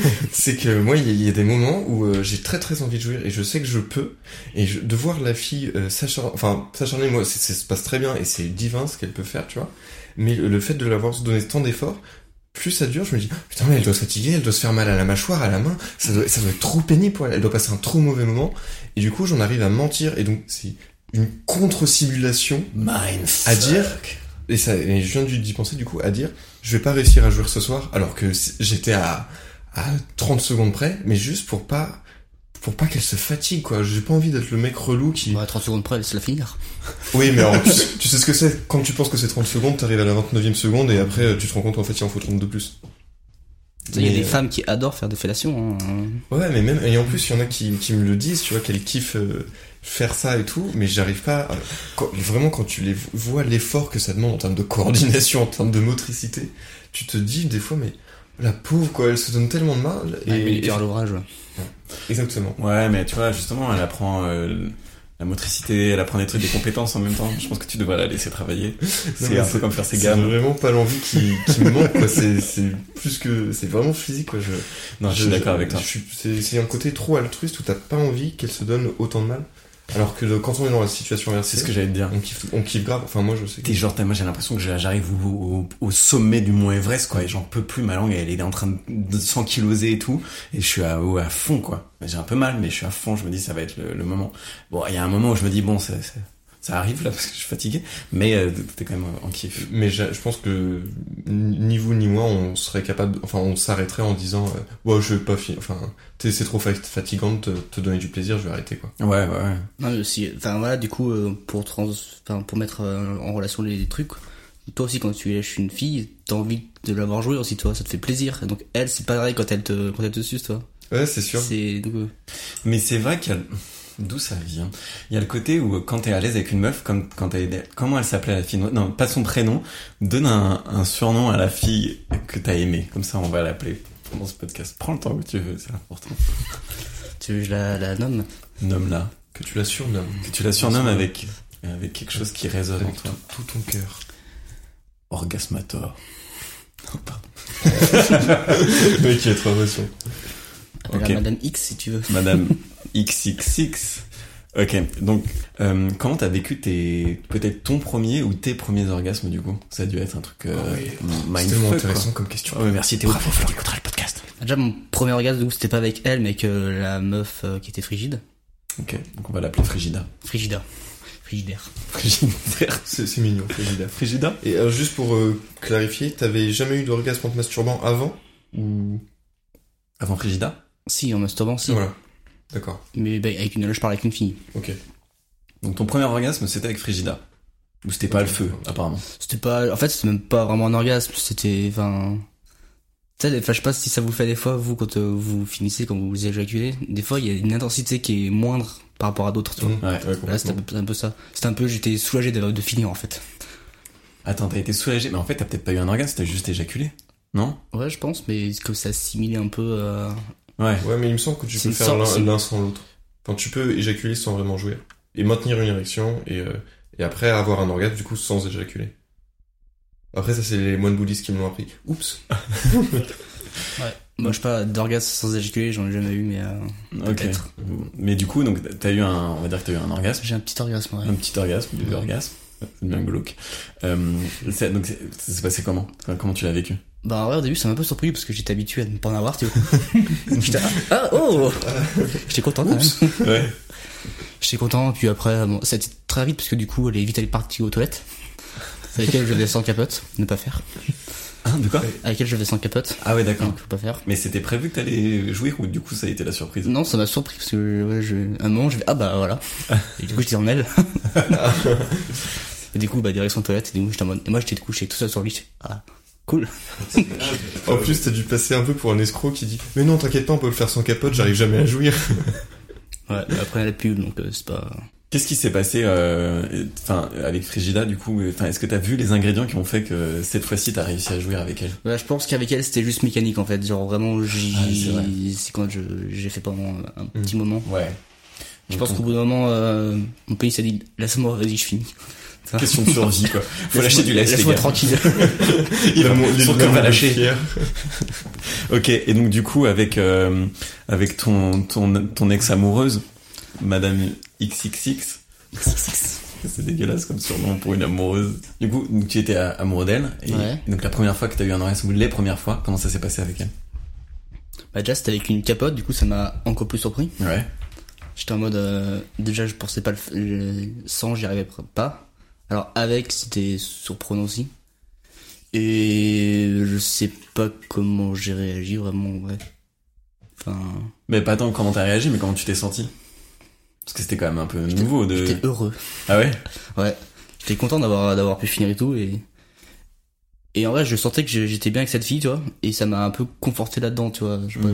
[SPEAKER 5] moi il y a des moments où j'ai très très envie de jouir et je sais que je peux et de voir la fille s'acharner, moi ça se passe très bien et c'est divin ce qu'elle peut faire, tu vois. Mais le fait de l'avoir donné tant d'efforts, plus ça dure, je me dis putain mais elle doit se fatiguer, elle doit se faire mal à la mâchoire, à la main, ça doit être trop pénible pour elle, elle doit passer un trop mauvais moment et du coup j'en arrive à mentir et donc c'est une contre-simulation à dire. Et je viens d'y penser du coup, à dire, je vais pas réussir à jouer ce soir, alors que j'étais à 30 secondes près, mais juste pour pas qu'elle se fatigue, quoi. J'ai pas envie d'être le mec relou qui...
[SPEAKER 4] Bah 30 secondes près, elle se la finir.
[SPEAKER 5] Oui, mais alors, tu sais ce que c'est, quand tu penses que c'est 30 secondes, t'arrives à la 29e seconde, et après, tu te rends compte qu'en fait, il en faut 30 de plus.
[SPEAKER 4] Il y a des femmes qui adorent faire des fellations, hein.
[SPEAKER 5] Ouais, mais même, et en plus, il y en a qui me le disent, tu vois, qu'elles kiffent faire ça et tout, mais j'arrive pas vraiment quand tu les vois l'effort que ça demande en termes de coordination, en termes de motricité, tu te dis des fois, mais la pauvre, quoi, elle se donne tellement de mal.
[SPEAKER 4] Et à l'ouvrage, ouais.
[SPEAKER 5] Exactement.
[SPEAKER 3] Ouais, mais tu vois, justement, elle apprend la motricité, elle apprend des trucs, des compétences en même temps. Je pense que tu devrais la laisser travailler. C'est un peu comme faire ses gammes.
[SPEAKER 5] C'est vraiment pas l'envie qui me manque, quoi. C'est plus que, c'est vraiment physique, quoi.
[SPEAKER 3] Je suis d'accord avec toi.
[SPEAKER 5] C'est un côté trop altruiste où t'as pas envie qu'elle se donne autant de mal. Alors que quand on est dans la situation inversée,
[SPEAKER 3] c'est ce que j'allais te dire.
[SPEAKER 5] On kiffe grave. Enfin, moi, je sais.
[SPEAKER 3] T'es genre, moi, j'ai l'impression que j'arrive au sommet du mont Everest, quoi, et j'en peux plus, ma langue, elle est en train de s'ankyloser et tout, et je suis à fond, quoi. J'ai un peu mal, mais je suis à fond, je me dis, ça va être le moment. Bon, il y a un moment où je me dis, bon, ça arrive, là, parce que je suis fatigué, mais t'es quand même en kiff.
[SPEAKER 5] Mais je pense que ni vous ni moi, on serait capable, on s'arrêterait en disant, ouais, je vais pas finir, c'est trop fatigant de te donner du plaisir, je vais arrêter, quoi.
[SPEAKER 3] Ouais.
[SPEAKER 4] Non, mais aussi, voilà, du coup, pour mettre en relation les trucs, toi aussi, quand tu lèches une fille, t'as envie de l'avoir joué aussi, toi, ça te fait plaisir. Et donc, elle, c'est pareil quand elle te suce, toi.
[SPEAKER 5] Ouais, c'est sûr.
[SPEAKER 3] Mais c'est vrai qu'il y a, d'où ça vient? Il y a le côté où quand t'es à l'aise avec une meuf, comment elle s'appelait la fille? Non, pas son prénom. Donne un surnom à la fille que t'as aimée. Comme ça, on va l'appeler dans ce podcast. Prends le temps que tu veux, c'est important.
[SPEAKER 4] Tu veux que je la nomme?
[SPEAKER 3] Nomme-la.
[SPEAKER 5] Que tu la surnommes.
[SPEAKER 3] Que tu la surnommes avec quelque chose qui résonne en toi.
[SPEAKER 5] Tout ton cœur.
[SPEAKER 3] Orgasmator. Non, pardon.
[SPEAKER 5] Oui, qui est trop émotion.
[SPEAKER 3] Ok.
[SPEAKER 4] Madame X, si tu veux.
[SPEAKER 3] Madame XXX. Ok, donc comment t'as vécu peut-être ton premier ou tes premiers orgasmes, du coup? Ça a dû être un truc
[SPEAKER 5] c'est tellement intéressant comme question.
[SPEAKER 3] Oh, merci Théo. Bravo, Florent, écoutera le podcast.
[SPEAKER 4] Déjà, mon premier orgasme, du coup, c'était pas avec elle, mais avec la meuf qui était frigide.
[SPEAKER 3] Ok, donc on va l'appeler Frigidaire.
[SPEAKER 4] Frigidaire.
[SPEAKER 5] C'est mignon, Frigida.
[SPEAKER 3] Frigida.
[SPEAKER 5] Et juste pour clarifier, t'avais jamais eu d'orgasme en te masturbant avant ou
[SPEAKER 3] Avant Frigida?
[SPEAKER 4] Si, en masturbant, si.
[SPEAKER 5] Voilà. D'accord.
[SPEAKER 4] Mais là, je parle avec une fille.
[SPEAKER 5] Ok.
[SPEAKER 3] Donc ton premier orgasme, c'était avec Frigida? Ou c'était pas le feu, apparemment?
[SPEAKER 4] C'était même pas vraiment un orgasme, c'était, je sais pas si ça vous fait des fois, vous, quand vous finissez, quand vous éjaculez, des fois, il y a une intensité qui est moindre par rapport à d'autres, tu vois.
[SPEAKER 3] Ouais,
[SPEAKER 4] Là, c'était un peu ça. J'étais soulagé de finir, en fait.
[SPEAKER 3] Attends, t'as été soulagé, mais en fait, t'as peut-être pas eu un orgasme, t'as juste éjaculé? Non?
[SPEAKER 4] Ouais, je pense, mais comme ça assimilé un peu
[SPEAKER 3] Ouais.
[SPEAKER 5] Ouais, mais il me semble que tu peux faire l'un sans l'autre. Enfin, tu peux éjaculer sans vraiment jouir. Et maintenir une érection, et après avoir un orgasme, du coup, sans éjaculer. Après, ça, c'est les moines bouddhistes qui me l'ont appris. Oups.
[SPEAKER 4] Ouais. Moi, je sais pas, d'orgasme sans éjaculer, j'en ai jamais eu, mais peut-être.
[SPEAKER 3] Mais du coup, donc, on va dire que t'as eu un orgasme.
[SPEAKER 4] J'ai un petit orgasme, ouais.
[SPEAKER 3] Un petit orgasme, des orgasmes. C'est bien glauque. Donc, ça s'est passé comment? Comment tu l'as vécu?
[SPEAKER 4] Bah, ouais, au début, ça m'a un peu surpris parce que j'étais habitué à ne pas en avoir, tu vois. J'étais, j'étais content, quand même.
[SPEAKER 3] Ouais.
[SPEAKER 4] J'étais content, puis après, ça a été très vite parce que du coup, elle est vite allée partir aux toilettes. Avec elle, je vais sans capote, ne pas faire.
[SPEAKER 3] Hein, de quoi?
[SPEAKER 4] Avec elle, je vais sans capote.
[SPEAKER 3] Ah ouais, d'accord.
[SPEAKER 4] Donc, faut pas faire.
[SPEAKER 3] Mais c'était prévu que t'allais jouir ou du coup ça a été la surprise?
[SPEAKER 4] Non, ça m'a surpris parce que, à un moment, je vais, voilà. Et du coup, j'étais en elle. Et du coup, direction toilette, et du coup, j'étais en mode, et moi, j'étais couché tout seul sur le lit. Ah, cool.
[SPEAKER 5] En plus, t'as dû passer un peu pour un escroc qui dit mais non, t'inquiète pas, on peut le faire sans capote, j'arrive jamais à jouir.
[SPEAKER 4] Ouais, mais après, elle a pu, donc c'est pas...
[SPEAKER 3] Qu'est-ce qui s'est passé, avec Frigida, du coup, est-ce que t'as vu les ingrédients qui ont fait que cette fois-ci t'as réussi à jouer avec elle?
[SPEAKER 4] Ouais, je pense qu'avec elle, c'était juste mécanique, en fait. Genre, vraiment,
[SPEAKER 3] c'est vrai.
[SPEAKER 4] c'est quand j'ai fait pendant un petit moment.
[SPEAKER 3] Ouais.
[SPEAKER 4] Je pense qu'au bout d'un moment, mon pays s'est dit, laisse-moi, vas-y, je finis.
[SPEAKER 3] Question de survie, quoi. Faut lâcher du lest, les
[SPEAKER 4] laisse-moi
[SPEAKER 3] gars.
[SPEAKER 4] tranquille.
[SPEAKER 3] Son cœur va lâcher.
[SPEAKER 5] Fier.
[SPEAKER 3] Ok, et donc du coup, avec ton ex-amoureuse, Madame XXX, c'est dégueulasse comme surnom pour une amoureuse. Du coup, donc, tu étais amoureux d'elle, et
[SPEAKER 4] Ouais.
[SPEAKER 3] donc la première fois que t'as eu un orgasme, ou les premières fois, comment ça s'est passé avec elle?
[SPEAKER 4] Déjà, c'était avec une capote, du coup, ça m'a encore plus surpris.
[SPEAKER 3] Ouais.
[SPEAKER 4] J'étais en mode, déjà, je pensais pas sans, j'y arrivais pas. Alors, avec, c'était surprenant aussi. Et je sais pas comment j'ai réagi, vraiment, ouais. Enfin...
[SPEAKER 3] Mais pas tant comment t'as réagi, mais comment tu t'es senti? Parce que c'était quand même un peu nouveau de...
[SPEAKER 4] J'étais heureux.
[SPEAKER 3] Ah ouais?
[SPEAKER 4] Ouais. J'étais content d'avoir pu finir et tout, et en vrai, je sentais que j'étais bien avec cette fille, tu vois, et ça m'a un peu conforté là-dedans, tu vois. Je sais pas,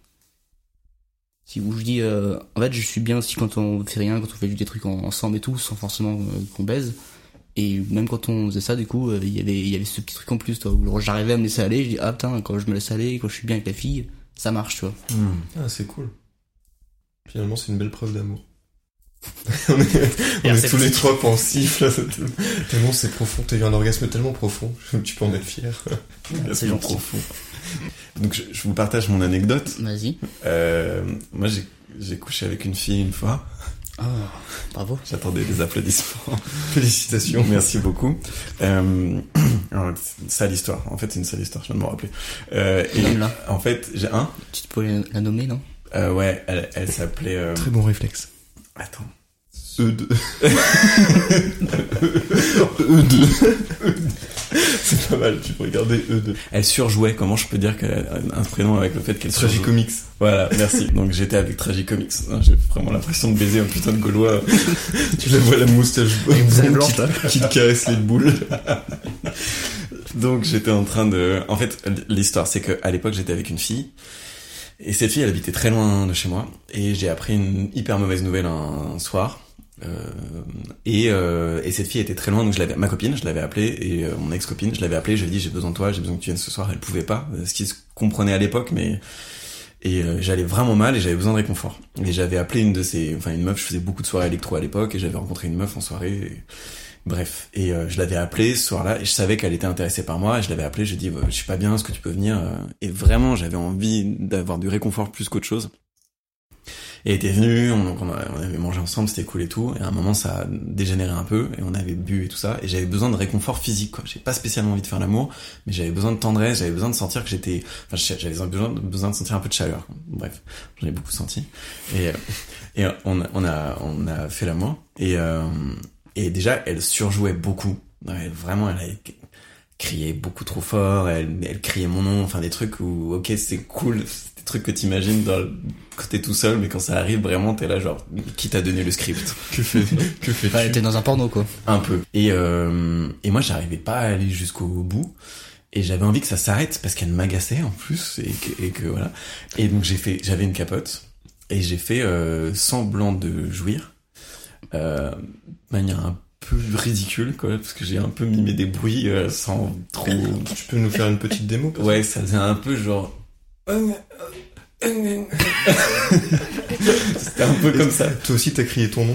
[SPEAKER 4] où je dis, en fait, je suis bien aussi quand on fait rien, quand on fait juste des trucs ensemble et tout, sans forcément qu'on baise. Et même quand on faisait ça, du coup, il y avait ce petit truc en plus, toi, où genre, j'arrivais à me laisser aller, je dis, ah putain, quand je me laisse aller, quand je suis bien avec la fille, ça marche, tu vois.
[SPEAKER 5] Ah, c'est cool. Finalement, c'est une belle preuve d'amour. on est tous les trois pensifs, là. Tellement c'est profond. T'as eu un orgasme tellement profond. Tu peux en être fier.
[SPEAKER 4] C'est gentil.
[SPEAKER 3] Profond. Donc, je vous partage mon anecdote.
[SPEAKER 4] Vas-y.
[SPEAKER 3] Moi, j'ai couché avec une fille une fois.
[SPEAKER 4] Ah, bravo.
[SPEAKER 3] J'attendais des applaudissements.
[SPEAKER 5] Félicitations.
[SPEAKER 3] Merci beaucoup. Alors, c'est une sale histoire. En fait, c'est une sale histoire. Je viens de me rappeler.
[SPEAKER 4] Même là.
[SPEAKER 3] En fait, j'ai un.
[SPEAKER 4] Tu peux la nommer, non?
[SPEAKER 3] Ouais, elle s'appelait.
[SPEAKER 5] Très bon réflexe.
[SPEAKER 3] Attends.
[SPEAKER 5] E2. E2. C'est pas mal, tu peux regarder E2.
[SPEAKER 3] Elle surjouait. Comment je peux dire qu'elle a un prénom avec le fait qu'elle surjoue?
[SPEAKER 5] Tragicomics.
[SPEAKER 3] Voilà, merci. Donc j'étais avec Tragicomics. J'ai vraiment l'impression de baiser un putain de Gaulois.
[SPEAKER 5] Tu la vois la moustache
[SPEAKER 4] blanche, là.
[SPEAKER 5] qui te caresse les boules.
[SPEAKER 3] Donc j'étais en train de... En fait, l'histoire, c'est que à l'époque, j'étais avec une fille. Et cette fille, elle habitait très loin de chez moi. Et j'ai appris une hyper mauvaise nouvelle un soir. Et cette fille était très loin, donc ma copine, je l'avais appelée, et mon ex-copine, je l'avais appelée, je lui ai dit, j'ai besoin de toi, j'ai besoin que tu viennes ce soir. Elle pouvait pas, ce qui se comprenait à l'époque, mais... Et j'allais vraiment mal et j'avais besoin de réconfort. Et j'avais appelé une meuf, je faisais beaucoup de soirées électro à l'époque, et j'avais rencontré une meuf en soirée, bref. Et je l'avais appelée ce soir-là, et je savais qu'elle était intéressée par moi, et je l'avais appelée, je lui ai dit, je suis pas bien, est-ce que tu peux venir? Et vraiment, j'avais envie d'avoir du réconfort plus qu'autre chose. Et elle était venue, on avait mangé ensemble, c'était cool et tout, et à un moment ça a dégénéré un peu, et on avait bu et tout ça, et j'avais besoin de réconfort physique, quoi. J'ai pas spécialement envie de faire l'amour, mais j'avais besoin de tendresse, j'avais besoin de sentir que j'avais besoin de sentir un peu de chaleur, quoi. Bref, j'en ai beaucoup senti. Et on a fait l'amour, et déjà, elle surjouait beaucoup. Elle criait beaucoup trop fort, elle criait mon nom, enfin des trucs où, ok, c'est cool, c'est des trucs que t'imagines quand t'es tout seul, mais quand ça arrive vraiment, t'es là genre, qui t'a donné le script? Que fais-tu?
[SPEAKER 4] Elle était dans un porno, quoi.
[SPEAKER 3] Un peu. Et moi, j'arrivais pas à aller jusqu'au bout, et j'avais envie que ça s'arrête parce qu'elle m'agaçait en plus, et que voilà. Et donc j'avais une capote, et j'ai fait semblant de jouir, de manière un peu ridicule, quoi, parce que j'ai un peu mimé des bruits sans trop...
[SPEAKER 5] Tu peux nous faire une petite démo?
[SPEAKER 3] Ouais, ça faisait un peu genre... C'était un peu comme ça.
[SPEAKER 5] Toi aussi t'as crié ton nom.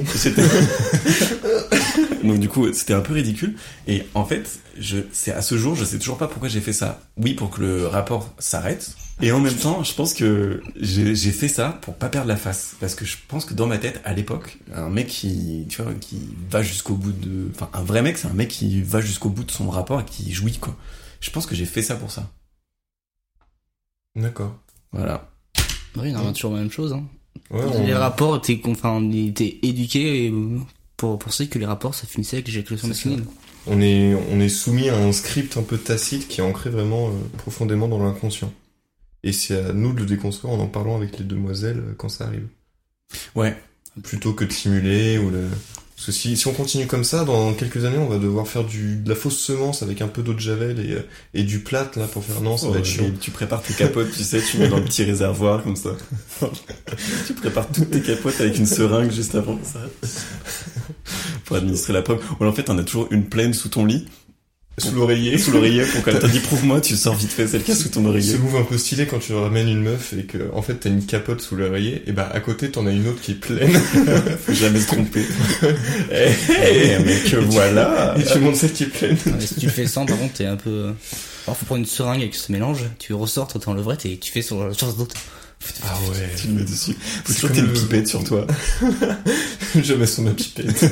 [SPEAKER 3] Donc du coup, c'était un peu ridicule. Et en fait, c'est à ce jour, je sais toujours pas pourquoi j'ai fait ça. Oui, pour que le rapport s'arrête. Et en même temps, je pense que j'ai fait ça pour pas perdre la face. Parce que je pense que dans ma tête, à l'époque, un mec qui va jusqu'au bout un vrai mec, c'est un mec qui va jusqu'au bout de son rapport et qui jouit, quoi. Je pense que j'ai fait ça pour ça.
[SPEAKER 5] D'accord.
[SPEAKER 3] Voilà.
[SPEAKER 4] Oui, on a toujours la même chose, hein.
[SPEAKER 5] Ouais,
[SPEAKER 4] Les rapports, on était éduqués pour penser que les rapports, ça finissait avec l'éjaculation masculine.
[SPEAKER 5] On est soumis à un script un peu tacite qui est ancré vraiment profondément dans l'inconscient. Et c'est à nous de le déconstruire en parlant avec les demoiselles quand ça arrive.
[SPEAKER 3] Ouais.
[SPEAKER 5] Plutôt que de simuler ou Parce que si on continue comme ça, dans quelques années, on va devoir faire de la fausse semence avec un peu d'eau de javel et du plâtre, là, pour faire... Non, ça va être chiant.
[SPEAKER 3] Tu prépares tes capotes, tu sais, tu mets dans le petit réservoir, comme ça. Tu prépares toutes tes capotes avec une seringue juste avant ça. Pour administrer la preuve. Ou en fait, t'en as toujours une pleine sous ton lit. Sous l'oreiller, pour quand t'as dit prouve-moi, tu sors vite fait celle qui est sous ton oreiller.
[SPEAKER 5] Ce move un peu stylé quand tu ramènes une meuf et que, en fait, t'as une capote sous l'oreiller, et bah, à côté, t'en as une autre qui est pleine.
[SPEAKER 3] Faut jamais se tromper. Mais que voilà.
[SPEAKER 5] Et tu montres celle qui est pleine.
[SPEAKER 4] Ouais, si tu fais ça, par contre, t'es un peu... Alors, faut prendre une seringue avec ce mélange, tu ressors, toi, t'es en levrette et tu fais sur d'autres.
[SPEAKER 5] Ah ouais.
[SPEAKER 3] Tu le mets dessus. Faut toujours que t'aies une pipette sur toi.
[SPEAKER 5] Je mets sur ma pipette.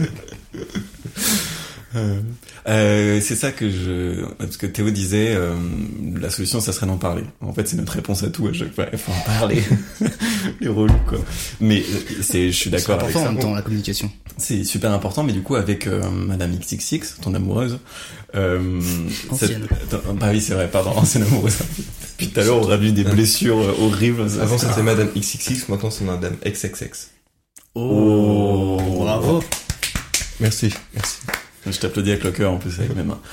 [SPEAKER 3] C'est ça parce que Théo disait la solution ça serait d'en parler. En fait c'est notre réponse à tout à chaque fois. Il faut en parler. Les relous quoi. Mais je suis d'accord avec ça.
[SPEAKER 4] C'est important en même temps la communication.
[SPEAKER 3] C'est super important, mais du coup avec Madame XXX, ton amoureuse.
[SPEAKER 4] Ancienne.
[SPEAKER 3] Bah oui c'est vrai, pardon, ancienne amoureuse. Puis tout à l'heure on a vu des blessures horribles.
[SPEAKER 5] Avant c'était Madame XXX, maintenant c'est Madame XXX.
[SPEAKER 4] Oh, bravo.
[SPEAKER 5] Merci.
[SPEAKER 3] Je t'applaudis avec le cœur en plus avec mes mains.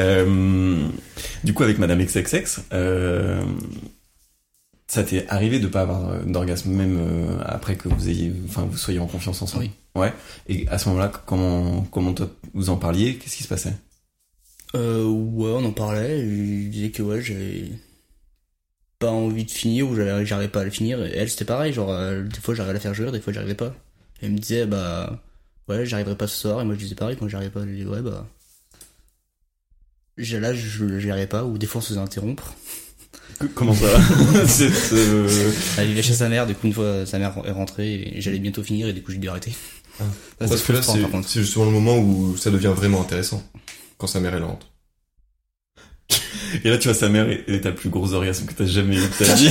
[SPEAKER 3] Du coup avec Madame XXX, ça t'est arrivé de pas avoir d'orgasme même après que vous soyez en confiance ensemble.
[SPEAKER 4] Oui.
[SPEAKER 3] Ouais. Et à ce moment-là, comment toi vous en parliez? Qu'est-ce qui se passait?
[SPEAKER 4] Ouais, on en parlait. Je disais que ouais, j'avais pas envie de finir ou j'arrivais pas à le finir. Et elle c'était pareil, genre des fois j'arrivais à la faire jouer, des fois j'arrivais pas. Et elle me disait bah ouais, j'arriverai pas ce soir, et moi je disais pareil, quand j'arrivais pas, je disais ouais bah... Là, j'y arrivais pas, ou des fois on se faisait interrompre.
[SPEAKER 3] Comment ça?
[SPEAKER 4] Elle vivait chez sa mère, du coup une fois sa mère est rentrée, et j'allais bientôt finir, et du coup j'ai dû arrêter.
[SPEAKER 5] Ah. Parce que là c'est justement le moment où ça devient vraiment intéressant, quand sa mère elle rentre.
[SPEAKER 3] Et là tu vois sa mère et t'as le plus gros orgasme que t'as jamais eu de ta vie.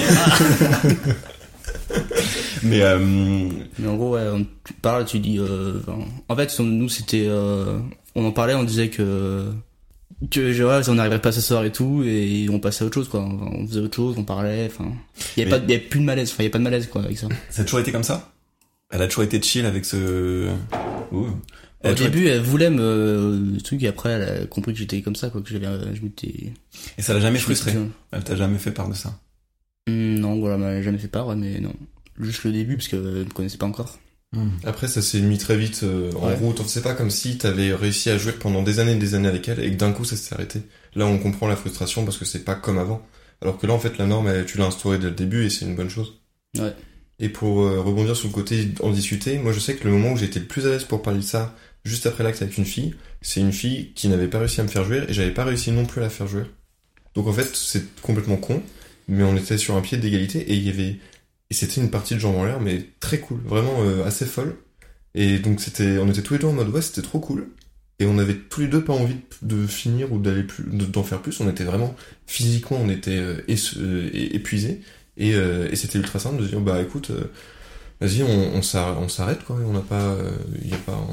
[SPEAKER 3] Mais
[SPEAKER 4] en gros ouais, tu parles, tu dis en fait nous c'était on en parlait, on disait que ouais, on n'arriverait pas ce soir et tout, et on passait à autre chose quoi, on faisait autre chose, on parlait, enfin il y avait plus de malaise, enfin il y a pas de malaise quoi avec ça.
[SPEAKER 3] Ça a toujours été comme ça? Elle a toujours été chill avec ce...
[SPEAKER 4] Au début elle voulait me truc, et après elle a compris que j'étais comme ça quoi, que je m'étais...
[SPEAKER 3] Et ça l'a jamais frustré? Elle t'a jamais fait part de ça?
[SPEAKER 4] Non, voilà, elle m'a jamais fait part, ouais, mais non. Juste le début, parce qu'elle me connaissait pas encore.
[SPEAKER 5] Après, ça s'est mis très vite en route. C'est pas comme si t'avais réussi à jouer pendant des années avec elle et que d'un coup ça s'est arrêté. Là, on comprend la frustration parce que c'est pas comme avant. Alors que là, en fait, la norme, tu l'as instaurée dès le début et c'est une bonne chose.
[SPEAKER 4] Ouais.
[SPEAKER 5] Et pour rebondir sur le côté en discuter, moi je sais que le moment où j'étais le plus à l'aise pour parler de ça, juste après l'acte avec une fille, c'est une fille qui n'avait pas réussi à me faire jouir et j'avais pas réussi non plus à la faire jouir. Donc en fait, c'est complètement con. Mais on était sur un pied d'égalité et c'était une partie de jambes en l'air, mais très cool, vraiment assez folle. Et donc on était tous les deux en mode ouais, c'était trop cool. Et on avait tous les deux pas envie de finir ou d'en faire plus. On était vraiment physiquement, on était épuisés et c'était ultra simple de dire bah écoute, vas-y, on s'arrête quoi. On n'a pas, y a pas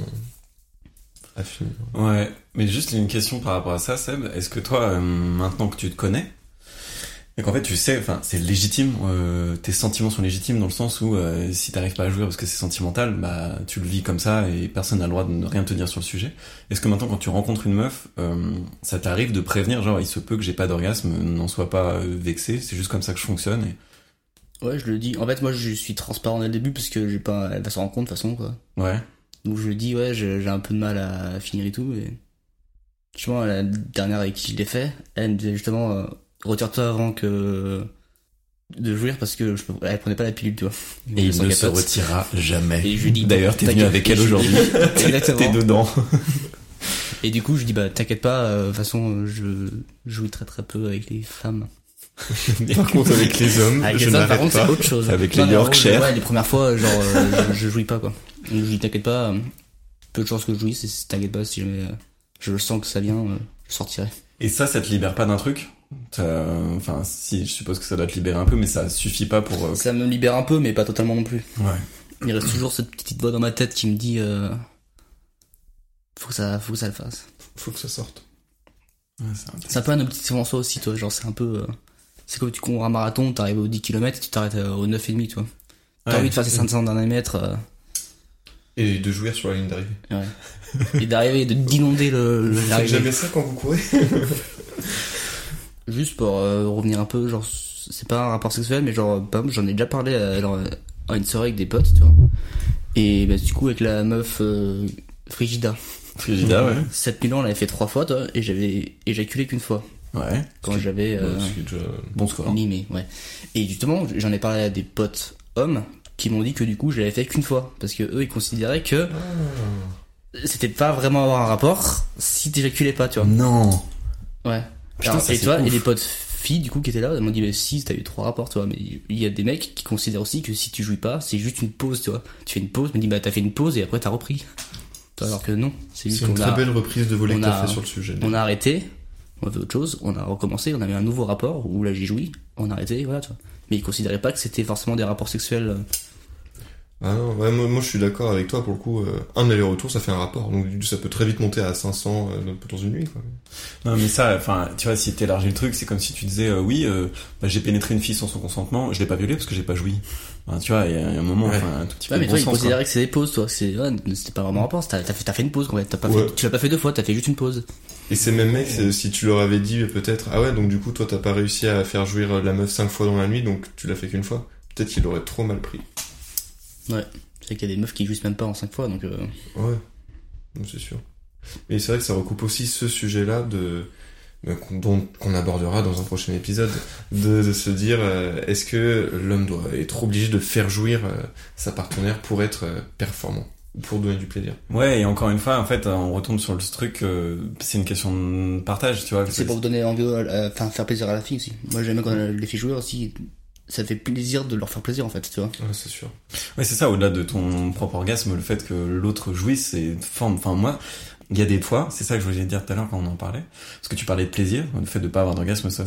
[SPEAKER 5] à finir.
[SPEAKER 3] Ouais, mais juste une question par rapport à ça, Seb. Est-ce que toi, maintenant que tu te connais, et qu'en fait tu sais, enfin c'est légitime, tes sentiments sont légitimes dans le sens où si t'arrives pas à jouer parce que c'est sentimental, bah tu le vis comme ça et personne n'a le droit de ne rien te dire sur le sujet. Est-ce que maintenant quand tu rencontres une meuf, ça t'arrive de prévenir genre il se peut que j'ai pas d'orgasme, n'en sois pas vexé, c'est juste comme ça que je fonctionne et...
[SPEAKER 4] Ouais, je le dis. En fait moi je suis transparent dès le début parce que elle va se rendre compte de toute façon quoi.
[SPEAKER 3] Ouais.
[SPEAKER 4] Donc je lui dis ouais, j'ai un peu de mal à finir et tout, et justement la dernière avec qui je l'ai fait, elle me disait justement retire-toi avant que de jouir parce que elle prenait pas la pilule, tu vois.
[SPEAKER 3] Et il ne se retirera jamais.
[SPEAKER 4] Et je lui dis,
[SPEAKER 3] d'ailleurs, t'es venu avec elle aujourd'hui.
[SPEAKER 4] Exactement.
[SPEAKER 3] T'es dedans.
[SPEAKER 4] Et du coup, je dis, bah, t'inquiète pas, de toute façon, je jouis très très peu avec les femmes.
[SPEAKER 5] Par contre, avec les hommes,
[SPEAKER 4] avec
[SPEAKER 5] je
[SPEAKER 4] les hommes, par contre,
[SPEAKER 5] pas.
[SPEAKER 4] c'est autre chose.
[SPEAKER 3] Avec les Yorkshire.
[SPEAKER 4] Ouais, les premières fois, genre, je jouis pas, quoi. Donc, je dis, t'inquiète pas, peu de chances que je jouisse, et t'inquiète pas, si jamais je sens que ça vient, je sortirai.
[SPEAKER 3] Et ça te libère pas d'un truc? Enfin, si, je suppose que ça doit te libérer un peu, mais ça suffit pas pour...
[SPEAKER 4] Ça me libère un peu, mais pas totalement non plus.
[SPEAKER 3] Ouais.
[SPEAKER 4] Il reste toujours cette petite voix dans ma tête qui me dit faut que ça le fasse.
[SPEAKER 5] Faut que ça sorte.
[SPEAKER 3] Ouais,
[SPEAKER 4] c'est un peu un objectif en soi aussi, toi. Genre, c'est un peu... c'est comme tu cours un marathon, t'arrives aux 10 km et tu t'arrêtes aux 9,5, tu vois. T'as envie de faire ces 500 derniers mètres.
[SPEAKER 5] Et de jouir sur la ligne d'arrivée.
[SPEAKER 4] Ouais. Et d'arriver, d'inonder
[SPEAKER 5] Faites
[SPEAKER 4] l'arrivée.
[SPEAKER 5] jamais ça quand vous courez.
[SPEAKER 4] Juste pour revenir un peu, genre, c'est pas un rapport sexuel, mais genre, par exemple, j'en ai déjà parlé à une soirée avec des potes, tu vois. Et bah, du coup, avec la meuf Frigida.
[SPEAKER 3] Frigida, ouais.
[SPEAKER 4] Cette nuit-là, on l'avait fait 3 fois, toi, et j'avais éjaculé qu'une fois.
[SPEAKER 3] Ouais.
[SPEAKER 4] Quand j'avais
[SPEAKER 3] bon score.
[SPEAKER 4] mimé, ouais. Et justement, j'en ai parlé à des potes hommes qui m'ont dit que du coup, je l'avais fait qu'une fois. Parce que eux, ils considéraient que c'était pas vraiment avoir un rapport si t'éjaculais pas, tu vois.
[SPEAKER 3] Non.
[SPEAKER 4] Ouais.
[SPEAKER 3] Putain,
[SPEAKER 4] Alors,
[SPEAKER 3] ça,
[SPEAKER 4] et
[SPEAKER 3] c'est
[SPEAKER 4] toi,
[SPEAKER 3] ouf.
[SPEAKER 4] et les potes filles du coup qui étaient là, elles m'ont dit mais si t'as eu 3 rapports, tu vois. Mais il y a des mecs qui considèrent aussi que si tu jouis pas, c'est juste une pause, tu vois. Tu fais une pause, me dit bah t'as fait une pause et après t'as repris. Alors que non, c'est juste
[SPEAKER 5] C'est une
[SPEAKER 4] qu'on
[SPEAKER 5] très
[SPEAKER 4] a,
[SPEAKER 5] belle reprise de volet que
[SPEAKER 4] on
[SPEAKER 5] t'as
[SPEAKER 4] a-
[SPEAKER 5] fait sur le sujet.
[SPEAKER 4] on a arrêté, on a fait autre chose, on a recommencé, on avait un nouveau rapport où là j'ai joui, on a arrêté, voilà, tu vois. Mais ils considéraient pas que c'était forcément des rapports sexuels.
[SPEAKER 5] Ah non, ouais, moi je suis d'accord avec toi, pour le coup, un aller-retour ça fait un rapport, donc ça peut très vite monter à 500 dans une nuit, quoi.
[SPEAKER 3] Non, mais ça, enfin, tu vois, si t'élargis le truc, c'est comme si tu disais, bah, j'ai pénétré une fille sans son consentement, je l'ai pas violée parce que j'ai pas joui. Enfin, tu vois, il y a un moment,
[SPEAKER 5] Ouais.
[SPEAKER 3] enfin, un tout petit peu
[SPEAKER 4] Ouais,
[SPEAKER 3] de
[SPEAKER 4] mais
[SPEAKER 3] bon
[SPEAKER 4] toi, ils
[SPEAKER 3] sens, quoi.
[SPEAKER 4] considéraient que c'était des pauses, toi. C'était pas vraiment un rapport, t'as fait une pause, en fait.
[SPEAKER 5] Ouais.
[SPEAKER 4] Tu l'as pas fait 2 fois, t'as fait juste une pause.
[SPEAKER 5] Et ces mêmes mecs, si tu leur avais dit peut-être, ah ouais, donc du coup toi t'as pas réussi à faire jouir la meuf 5 fois dans la nuit, donc tu l'as fait qu'une fois, peut-être qu'il aurait trop mal pris.
[SPEAKER 4] Ouais. C'est qu'il y a des meufs qui jouissent même pas en 5 fois, donc
[SPEAKER 5] Ouais, non, c'est sûr. Mais c'est vrai que ça recoupe aussi ce sujet-là qu'on abordera dans un prochain épisode, de se dire est-ce que l'homme doit être obligé de faire jouir sa partenaire pour être performant, ou pour donner du plaisir.
[SPEAKER 3] Ouais, et encore une fois, en fait, on retombe sur ce truc, c'est une question de partage, tu vois.
[SPEAKER 4] c'est pour vous donner envie, enfin, faire plaisir à la fille aussi. Moi, j'aime bien quand les filles jouent aussi. Ça fait plaisir de leur faire plaisir, en fait, tu vois.
[SPEAKER 5] Ouais, c'est sûr.
[SPEAKER 3] Ouais, c'est ça, au-delà de ton propre orgasme, le fait que l'autre jouisse, c'est une forme, enfin, moi, il y a des fois, c'est ça que je voulais dire tout à l'heure quand on en parlait, parce que tu parlais de plaisir, le fait de pas avoir d'orgasme, ça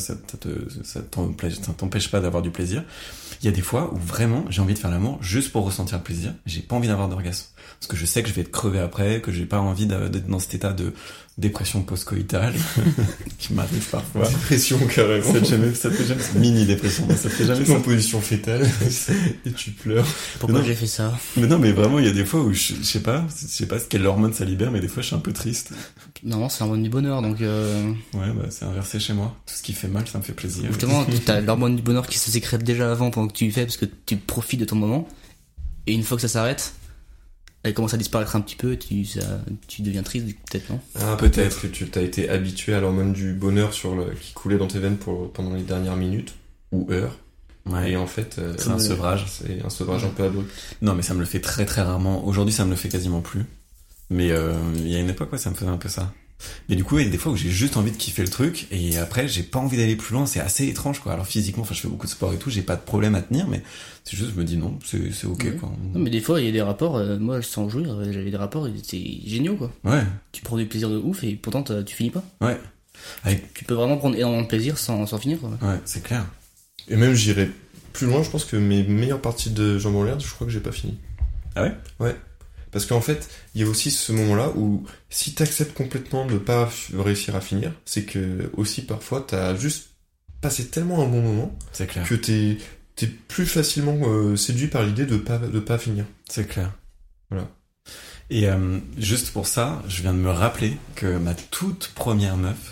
[SPEAKER 3] t'empêche pas d'avoir du plaisir. Il y a des fois où vraiment, j'ai envie de faire l'amour juste pour ressentir le plaisir, j'ai pas envie d'avoir d'orgasme. Parce que je sais que je vais être crevé après, que j'ai pas envie d'être dans cet état de dépression post-coïtale, qui m'arrive parfois.
[SPEAKER 5] Dépression carrément.
[SPEAKER 3] Ça te fait jamais, mini dépression, ça te fait jamais
[SPEAKER 5] Tu es
[SPEAKER 3] ça.
[SPEAKER 5] en position fétale et tu pleures.
[SPEAKER 4] Pourquoi
[SPEAKER 3] Non.
[SPEAKER 4] j'ai fait ça?
[SPEAKER 3] Mais non, mais vraiment, il y a des fois où je sais pas quelle hormone ça libère, mais des fois je suis un peu triste.
[SPEAKER 4] Normalement, c'est l'hormone du bonheur, donc
[SPEAKER 3] Ouais, bah, c'est inversé chez moi. Tout ce qui fait mal, ça me fait plaisir.
[SPEAKER 4] justement, t'as l'hormone du bonheur qui se sécrète déjà avant pendant que tu le fais, parce que tu profites de ton moment. Et une fois que ça s'arrête, elle commence à disparaître un petit peu, et tu deviens triste, peut-être, non?
[SPEAKER 5] Ah, peut-être que tu t'as été habitué à l'hormone du bonheur qui coulait dans tes veines pendant les dernières minutes ou heures.
[SPEAKER 3] Ouais.
[SPEAKER 5] Et en fait,
[SPEAKER 3] C'est un sevrage.
[SPEAKER 5] C'est un sevrage un peu abrupt.
[SPEAKER 3] Non, mais ça me le fait très très rarement. Aujourd'hui, ça me le fait quasiment plus. Mais il y a une époque, ouais, ça me faisait un peu ça. Mais du coup, il y a des fois où j'ai juste envie de kiffer le truc, et après, j'ai pas envie d'aller plus loin. C'est assez étrange, quoi. Alors physiquement, enfin, je fais beaucoup de sport et tout, j'ai pas de problème à tenir, mais c'est juste, je me dis non, c'est ok,
[SPEAKER 4] Ouais.
[SPEAKER 3] quoi.
[SPEAKER 4] Non, mais des fois, il y a des rapports, moi, sans jouir, j'avais des rapports, c'était géniaux, quoi.
[SPEAKER 3] Ouais,
[SPEAKER 4] Tu prends du plaisir de ouf, et pourtant, tu finis pas.
[SPEAKER 3] ouais. Avec...
[SPEAKER 4] Tu peux vraiment prendre énormément de plaisir sans finir, quoi.
[SPEAKER 3] Ouais, c'est clair.
[SPEAKER 5] Et même j'irai plus loin, je pense que mes meilleures parties de jambes en l'air, je crois que j'ai pas fini.
[SPEAKER 3] Ah ouais?
[SPEAKER 5] Ouais. Parce qu'en fait, il y a aussi ce moment-là où si t'acceptes complètement de pas réussir à finir, c'est que aussi parfois t'as juste passé tellement un bon moment
[SPEAKER 3] C'est clair.
[SPEAKER 5] que t'es plus facilement séduit par l'idée de pas finir.
[SPEAKER 3] C'est clair.
[SPEAKER 5] Voilà.
[SPEAKER 3] Et juste pour ça, je viens de me rappeler que ma toute première meuf,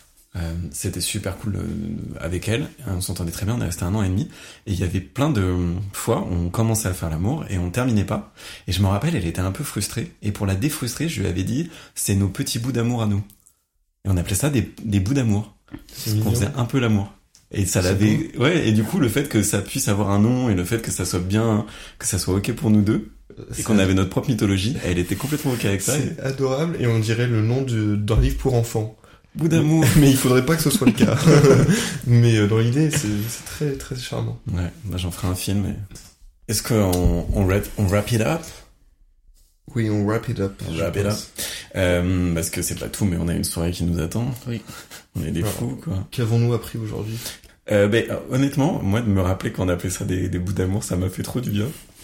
[SPEAKER 3] c'était super cool avec elle. On s'entendait très bien, on est resté 1 an et demi. Et il y avait plein de fois où on commençait à faire l'amour et on terminait pas. Et je me rappelle, elle était un peu frustrée. Et pour la défrustrer, je lui avais dit, c'est nos petits bouts d'amour à nous. Et on appelait ça des bouts d'amour.
[SPEAKER 5] C'est
[SPEAKER 3] On
[SPEAKER 5] mignon.
[SPEAKER 3] faisait un peu l'amour. Et ça
[SPEAKER 5] C'est
[SPEAKER 3] l'avait, ouais, et du coup, le fait que ça puisse avoir un nom et le fait que ça soit bien, que ça soit ok pour nous deux, et qu'on avait notre propre mythologie, elle était complètement ok avec ça. Et...
[SPEAKER 5] C'est adorable et on dirait le nom d'un livre pour enfants.
[SPEAKER 3] Bout d'amour.
[SPEAKER 5] Mais il faudrait pas que ce soit le cas. Mais dans l'idée, c'est très très charmant.
[SPEAKER 3] Ouais, bah j'en ferai un film. Et... Est-ce qu'on wrap it up?
[SPEAKER 5] Oui, on wrap it up.
[SPEAKER 3] On
[SPEAKER 5] je
[SPEAKER 3] wrap it up.
[SPEAKER 5] pense.
[SPEAKER 3] Parce que c'est pas tout, mais on a une soirée qui nous attend.
[SPEAKER 4] Oui.
[SPEAKER 3] On est des
[SPEAKER 5] Alors.
[SPEAKER 3] fous, quoi.
[SPEAKER 5] Qu'avons-nous appris aujourd'hui?
[SPEAKER 3] Honnêtement, moi, de me rappeler qu'on appelait ça des bouts d'amour, ça m'a fait trop du bien.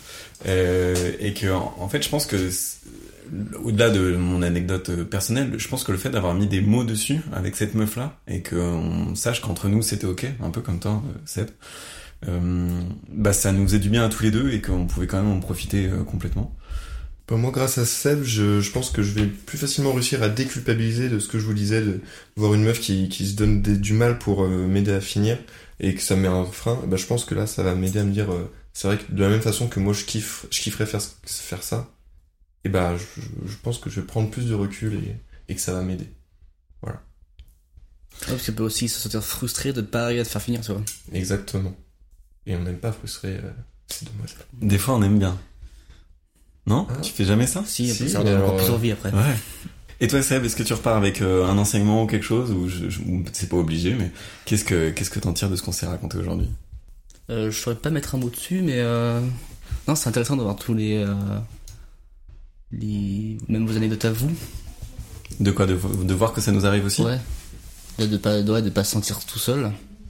[SPEAKER 3] Et que, en fait, je pense que, au-delà de mon anecdote personnelle, je pense que le fait d'avoir mis des mots dessus avec cette meuf-là, et qu'on sache qu'entre nous, c'était ok, un peu comme toi, Seb, ça nous faisait du bien à tous les deux, et qu'on pouvait quand même en profiter complètement.
[SPEAKER 5] Bah, moi, grâce à Seb, je pense que je vais plus facilement réussir à déculpabiliser de ce que je vous disais, de voir une meuf qui se donne du mal pour m'aider à finir, et que ça met un frein. Bah, je pense que là, ça va m'aider à me dire, c'est vrai que de la même façon que moi, je kifferais faire ça, et bah, je pense que je vais prendre plus de recul et que ça va m'aider. Voilà.
[SPEAKER 4] Ouais, parce qu'on peut aussi se sentir frustré de ne pas arriver à te faire finir, tu vois.
[SPEAKER 5] Exactement. Et on n'aime pas frustrer, c'est dommage.
[SPEAKER 3] Des fois, on aime bien. Non? Tu fais jamais ça?
[SPEAKER 4] Si,
[SPEAKER 5] Si,
[SPEAKER 4] ça
[SPEAKER 5] mais
[SPEAKER 4] donne encore
[SPEAKER 5] alors,
[SPEAKER 4] plus envie après.
[SPEAKER 3] Ouais. Et toi, Seb, est-ce que tu repars avec un enseignement ou quelque chose, ou c'est pas obligé, mais qu'est-ce que t'en tires de ce qu'on s'est raconté aujourd'hui?
[SPEAKER 4] Je saurais pas mettre un mot dessus, mais non, c'est intéressant d'avoir tous les même vos anecdotes à vous.
[SPEAKER 3] De quoi? De voir que ça nous arrive aussi?
[SPEAKER 4] Ouais. De pas se sentir tout seul.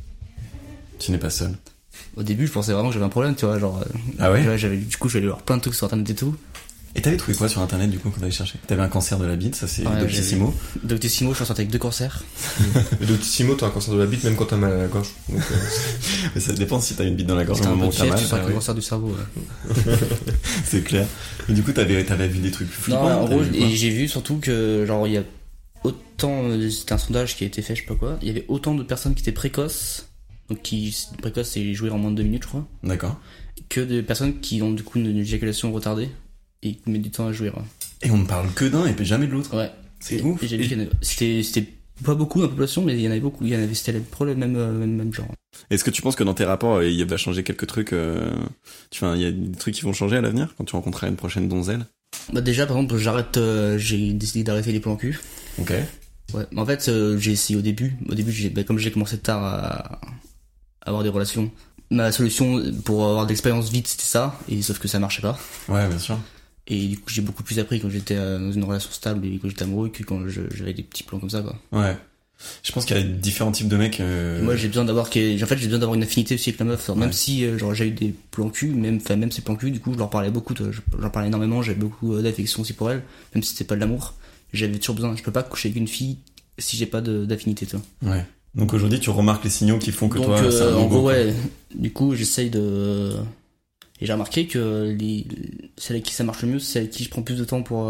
[SPEAKER 3] Tu n'es pas seul.
[SPEAKER 4] Au début, je pensais vraiment que j'avais un problème, tu vois, genre.
[SPEAKER 3] Ah ouais?
[SPEAKER 4] Du coup, j'allais voir plein de trucs sur internet et tout.
[SPEAKER 3] Et t'avais trouvé quoi sur internet du coup quand t'avais cherché? T'avais un cancer de la bite, ça c'est Doctissimo.
[SPEAKER 4] Doctissimo, je suis sorti avec 2 cancers.
[SPEAKER 5] Le Doctissimo, t'as un cancer de la bite même quand t'as mal à la gorge. Donc,
[SPEAKER 3] Mais ça dépend si t'as une bite dans la gorge au
[SPEAKER 4] C'était un
[SPEAKER 3] moment
[SPEAKER 4] peu
[SPEAKER 3] où t'as
[SPEAKER 4] de
[SPEAKER 3] mal.
[SPEAKER 4] fièvre, tu sens
[SPEAKER 3] ouais.
[SPEAKER 4] un cancer du cerveau. Ouais.
[SPEAKER 3] C'est clair. Et du coup t'avais vu des trucs plus
[SPEAKER 4] Non,
[SPEAKER 3] flippants?
[SPEAKER 4] en gros,
[SPEAKER 3] T'avais vu quoi?
[SPEAKER 4] et j'ai vu surtout que, genre, il y a autant, c'était un sondage qui a été fait, je sais pas quoi, il y avait autant de personnes qui étaient précoces, donc précoce c'est jouer en moins de 2 minutes, je crois,
[SPEAKER 3] D'accord.
[SPEAKER 4] que de personnes qui ont du coup une éjaculation retardée et qui mettent du temps à jouir.
[SPEAKER 3] Et on ne parle que d'un et puis jamais de l'autre.
[SPEAKER 4] Ouais.
[SPEAKER 3] C'est
[SPEAKER 4] Et-
[SPEAKER 3] ouf.
[SPEAKER 4] et j'ai vu qu'il y en avait- c'était pas beaucoup dans la population, mais il y en avait beaucoup. C'était le même genre.
[SPEAKER 3] Est-ce que tu penses que dans tes rapports, il va changer quelques trucs il y a des trucs qui vont changer à l'avenir quand tu rencontreras une prochaine donzelle?
[SPEAKER 4] Bah déjà, par exemple, j'ai décidé d'arrêter les plans cul.
[SPEAKER 3] Ok.
[SPEAKER 4] Ouais. Mais en fait, j'ai essayé au début. Comme j'ai commencé tard à avoir des relations, ma solution pour avoir de l'expérience vite, c'était ça. Et sauf que ça marchait pas.
[SPEAKER 3] Ouais, bien sûr.
[SPEAKER 4] Et du coup, j'ai beaucoup plus appris quand j'étais dans une relation stable et quand j'étais amoureux que quand j'avais des petits plans comme ça, quoi.
[SPEAKER 3] Ouais. Je pense qu'il y a différents types de mecs.
[SPEAKER 4] Et moi, j'ai besoin d'avoir une affinité aussi avec la meuf. Même
[SPEAKER 3] Ouais.
[SPEAKER 4] si, genre, j'ai eu des plans cul, même ces plans cul, du coup, je leur parlais beaucoup, je leur parlais énormément, j'avais beaucoup d'affection aussi pour elle, même si c'était pas de l'amour. J'avais toujours besoin, je peux pas coucher avec une fille si j'ai pas d'affinité, tu vois.
[SPEAKER 3] Ouais. Donc aujourd'hui, tu remarques les signaux qui font que
[SPEAKER 4] Donc,
[SPEAKER 3] toi, c'est un
[SPEAKER 4] en
[SPEAKER 3] no-go,
[SPEAKER 4] gros,
[SPEAKER 3] quoi.
[SPEAKER 4] ouais, du coup, j'essaye de. Et j'ai remarqué que celle avec qui ça marche le mieux, c'est celle avec qui je prends plus de temps pour.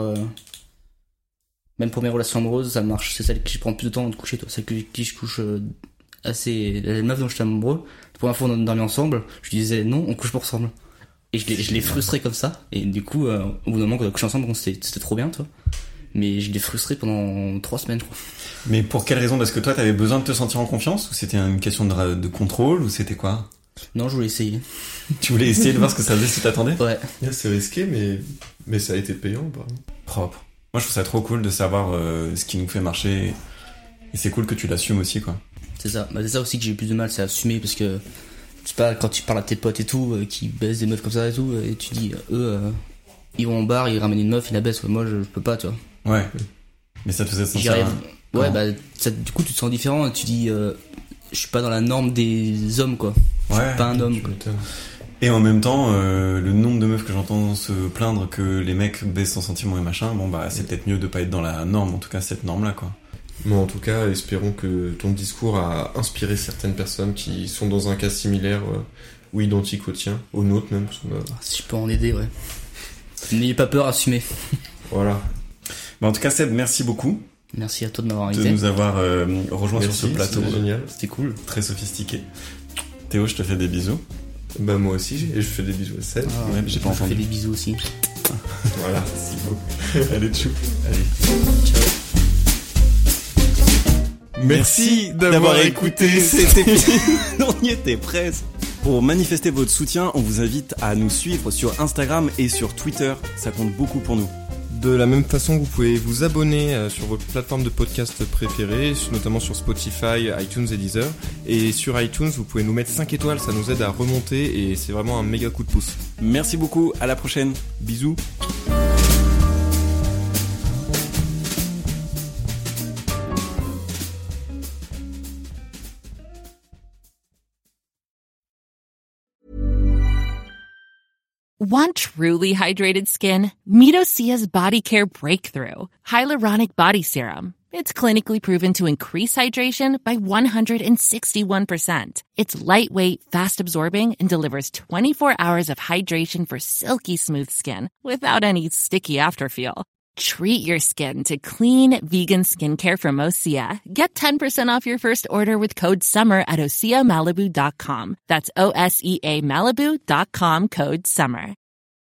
[SPEAKER 4] Même pour mes relations amoureuses, ça marche. C'est celle avec qui je prends plus de temps de coucher, toi. Celle avec qui je couche assez. La meuf dont j'étais amoureux, la première fois on dormait ensemble, je lui disais non, on couche pas ensemble. Et je l'ai frustré comme ça. Et du coup, au bout d'un moment, quand on a couché ensemble, c'était trop bien, toi. Mais je l'ai frustré pendant 3 semaines, je crois.
[SPEAKER 3] Mais pour quelle raison? Parce que toi, t'avais besoin de te sentir en confiance? Ou c'était une question de contrôle? Ou c'était quoi?
[SPEAKER 4] Non, je voulais essayer.
[SPEAKER 3] Tu voulais essayer de voir ce que ça faisait si t'attendais?
[SPEAKER 4] Ouais.
[SPEAKER 5] c'est risqué, mais ça a été payant, par exemple.
[SPEAKER 3] Propre. Moi, je trouve ça trop cool de savoir ce qui nous fait marcher. Et c'est cool que tu l'assumes aussi, quoi.
[SPEAKER 4] C'est ça. Bah, c'est ça aussi que j'ai eu plus de mal, c'est à assumer, parce que c'est pas quand tu parles à tes potes et tout, qui baissent des meufs comme ça et tout, et tu dis, ils vont en bar, ils ramènent une meuf, ils la baissent. Ouais, moi, je peux pas, tu vois.
[SPEAKER 3] Ouais. Mais ça te faisait
[SPEAKER 4] J'y
[SPEAKER 3] sentir...
[SPEAKER 4] arrive. Ouais,
[SPEAKER 3] comment?
[SPEAKER 4] bah, du coup, tu te sens différent, et tu dis, je suis pas dans la norme des hommes, quoi. Je
[SPEAKER 3] Ouais.
[SPEAKER 4] suis pas un homme,
[SPEAKER 5] Tu
[SPEAKER 4] quoi.
[SPEAKER 5] m'étonnes.
[SPEAKER 3] Et en même temps, le nombre de meufs que j'entends se plaindre que les mecs baissent sans sentiment et machin, bon bah c'est peut-être mieux de pas être dans la norme, en tout cas cette norme-là, quoi.
[SPEAKER 5] Mais en tout cas, espérons que ton discours a inspiré certaines personnes qui sont dans un cas similaire ou identique au tien, au nôtre même. Parce qu'on a-
[SPEAKER 4] Si je peux en aider, ouais. N'ayez pas peur, assumez.
[SPEAKER 5] Voilà.
[SPEAKER 3] Bah en tout cas Seb, merci beaucoup
[SPEAKER 4] Merci à toi de m'avoir
[SPEAKER 3] de
[SPEAKER 4] invité.
[SPEAKER 3] nous avoir rejoints sur ce
[SPEAKER 5] Merci,
[SPEAKER 3] plateau
[SPEAKER 5] c'était génial.
[SPEAKER 4] C'était cool.
[SPEAKER 3] très sophistiqué. Théo, je te fais des bisous.
[SPEAKER 5] Bah moi aussi, et je fais des bisous à Seb.
[SPEAKER 4] Ah,
[SPEAKER 3] Ouais, j'ai pas
[SPEAKER 4] je vous
[SPEAKER 3] entendu.
[SPEAKER 4] fais des bisous aussi.
[SPEAKER 5] Voilà.
[SPEAKER 3] Merci beaucoup. Allez, tchou. Allez.
[SPEAKER 4] Ciao.
[SPEAKER 3] Merci d'avoir écouté cet épisode. On y était presque. Pour manifester votre soutien, on vous invite à nous suivre sur Instagram et sur Twitter. Ça compte beaucoup pour nous.
[SPEAKER 5] De la même façon, vous pouvez vous abonner sur votre plateforme de podcast préférée, notamment sur Spotify, iTunes et Deezer. Et sur iTunes, vous pouvez nous mettre 5 étoiles, ça nous aide à remonter et c'est vraiment un méga coup de pouce.
[SPEAKER 3] Merci beaucoup. À la prochaine.
[SPEAKER 5] Bisous.
[SPEAKER 6] Want truly hydrated skin? Meet Osea's Body Care Breakthrough Hyaluronic Body Serum. It's clinically proven to increase hydration by 161%. It's lightweight, fast-absorbing, and delivers 24 hours of hydration for silky smooth skin without any sticky afterfeel. Treat your skin to clean, vegan skincare from Osea. Get 10% off your first order with code SUMMER at OseaMalibu.com. That's OSEA Malibu.com, code SUMMER.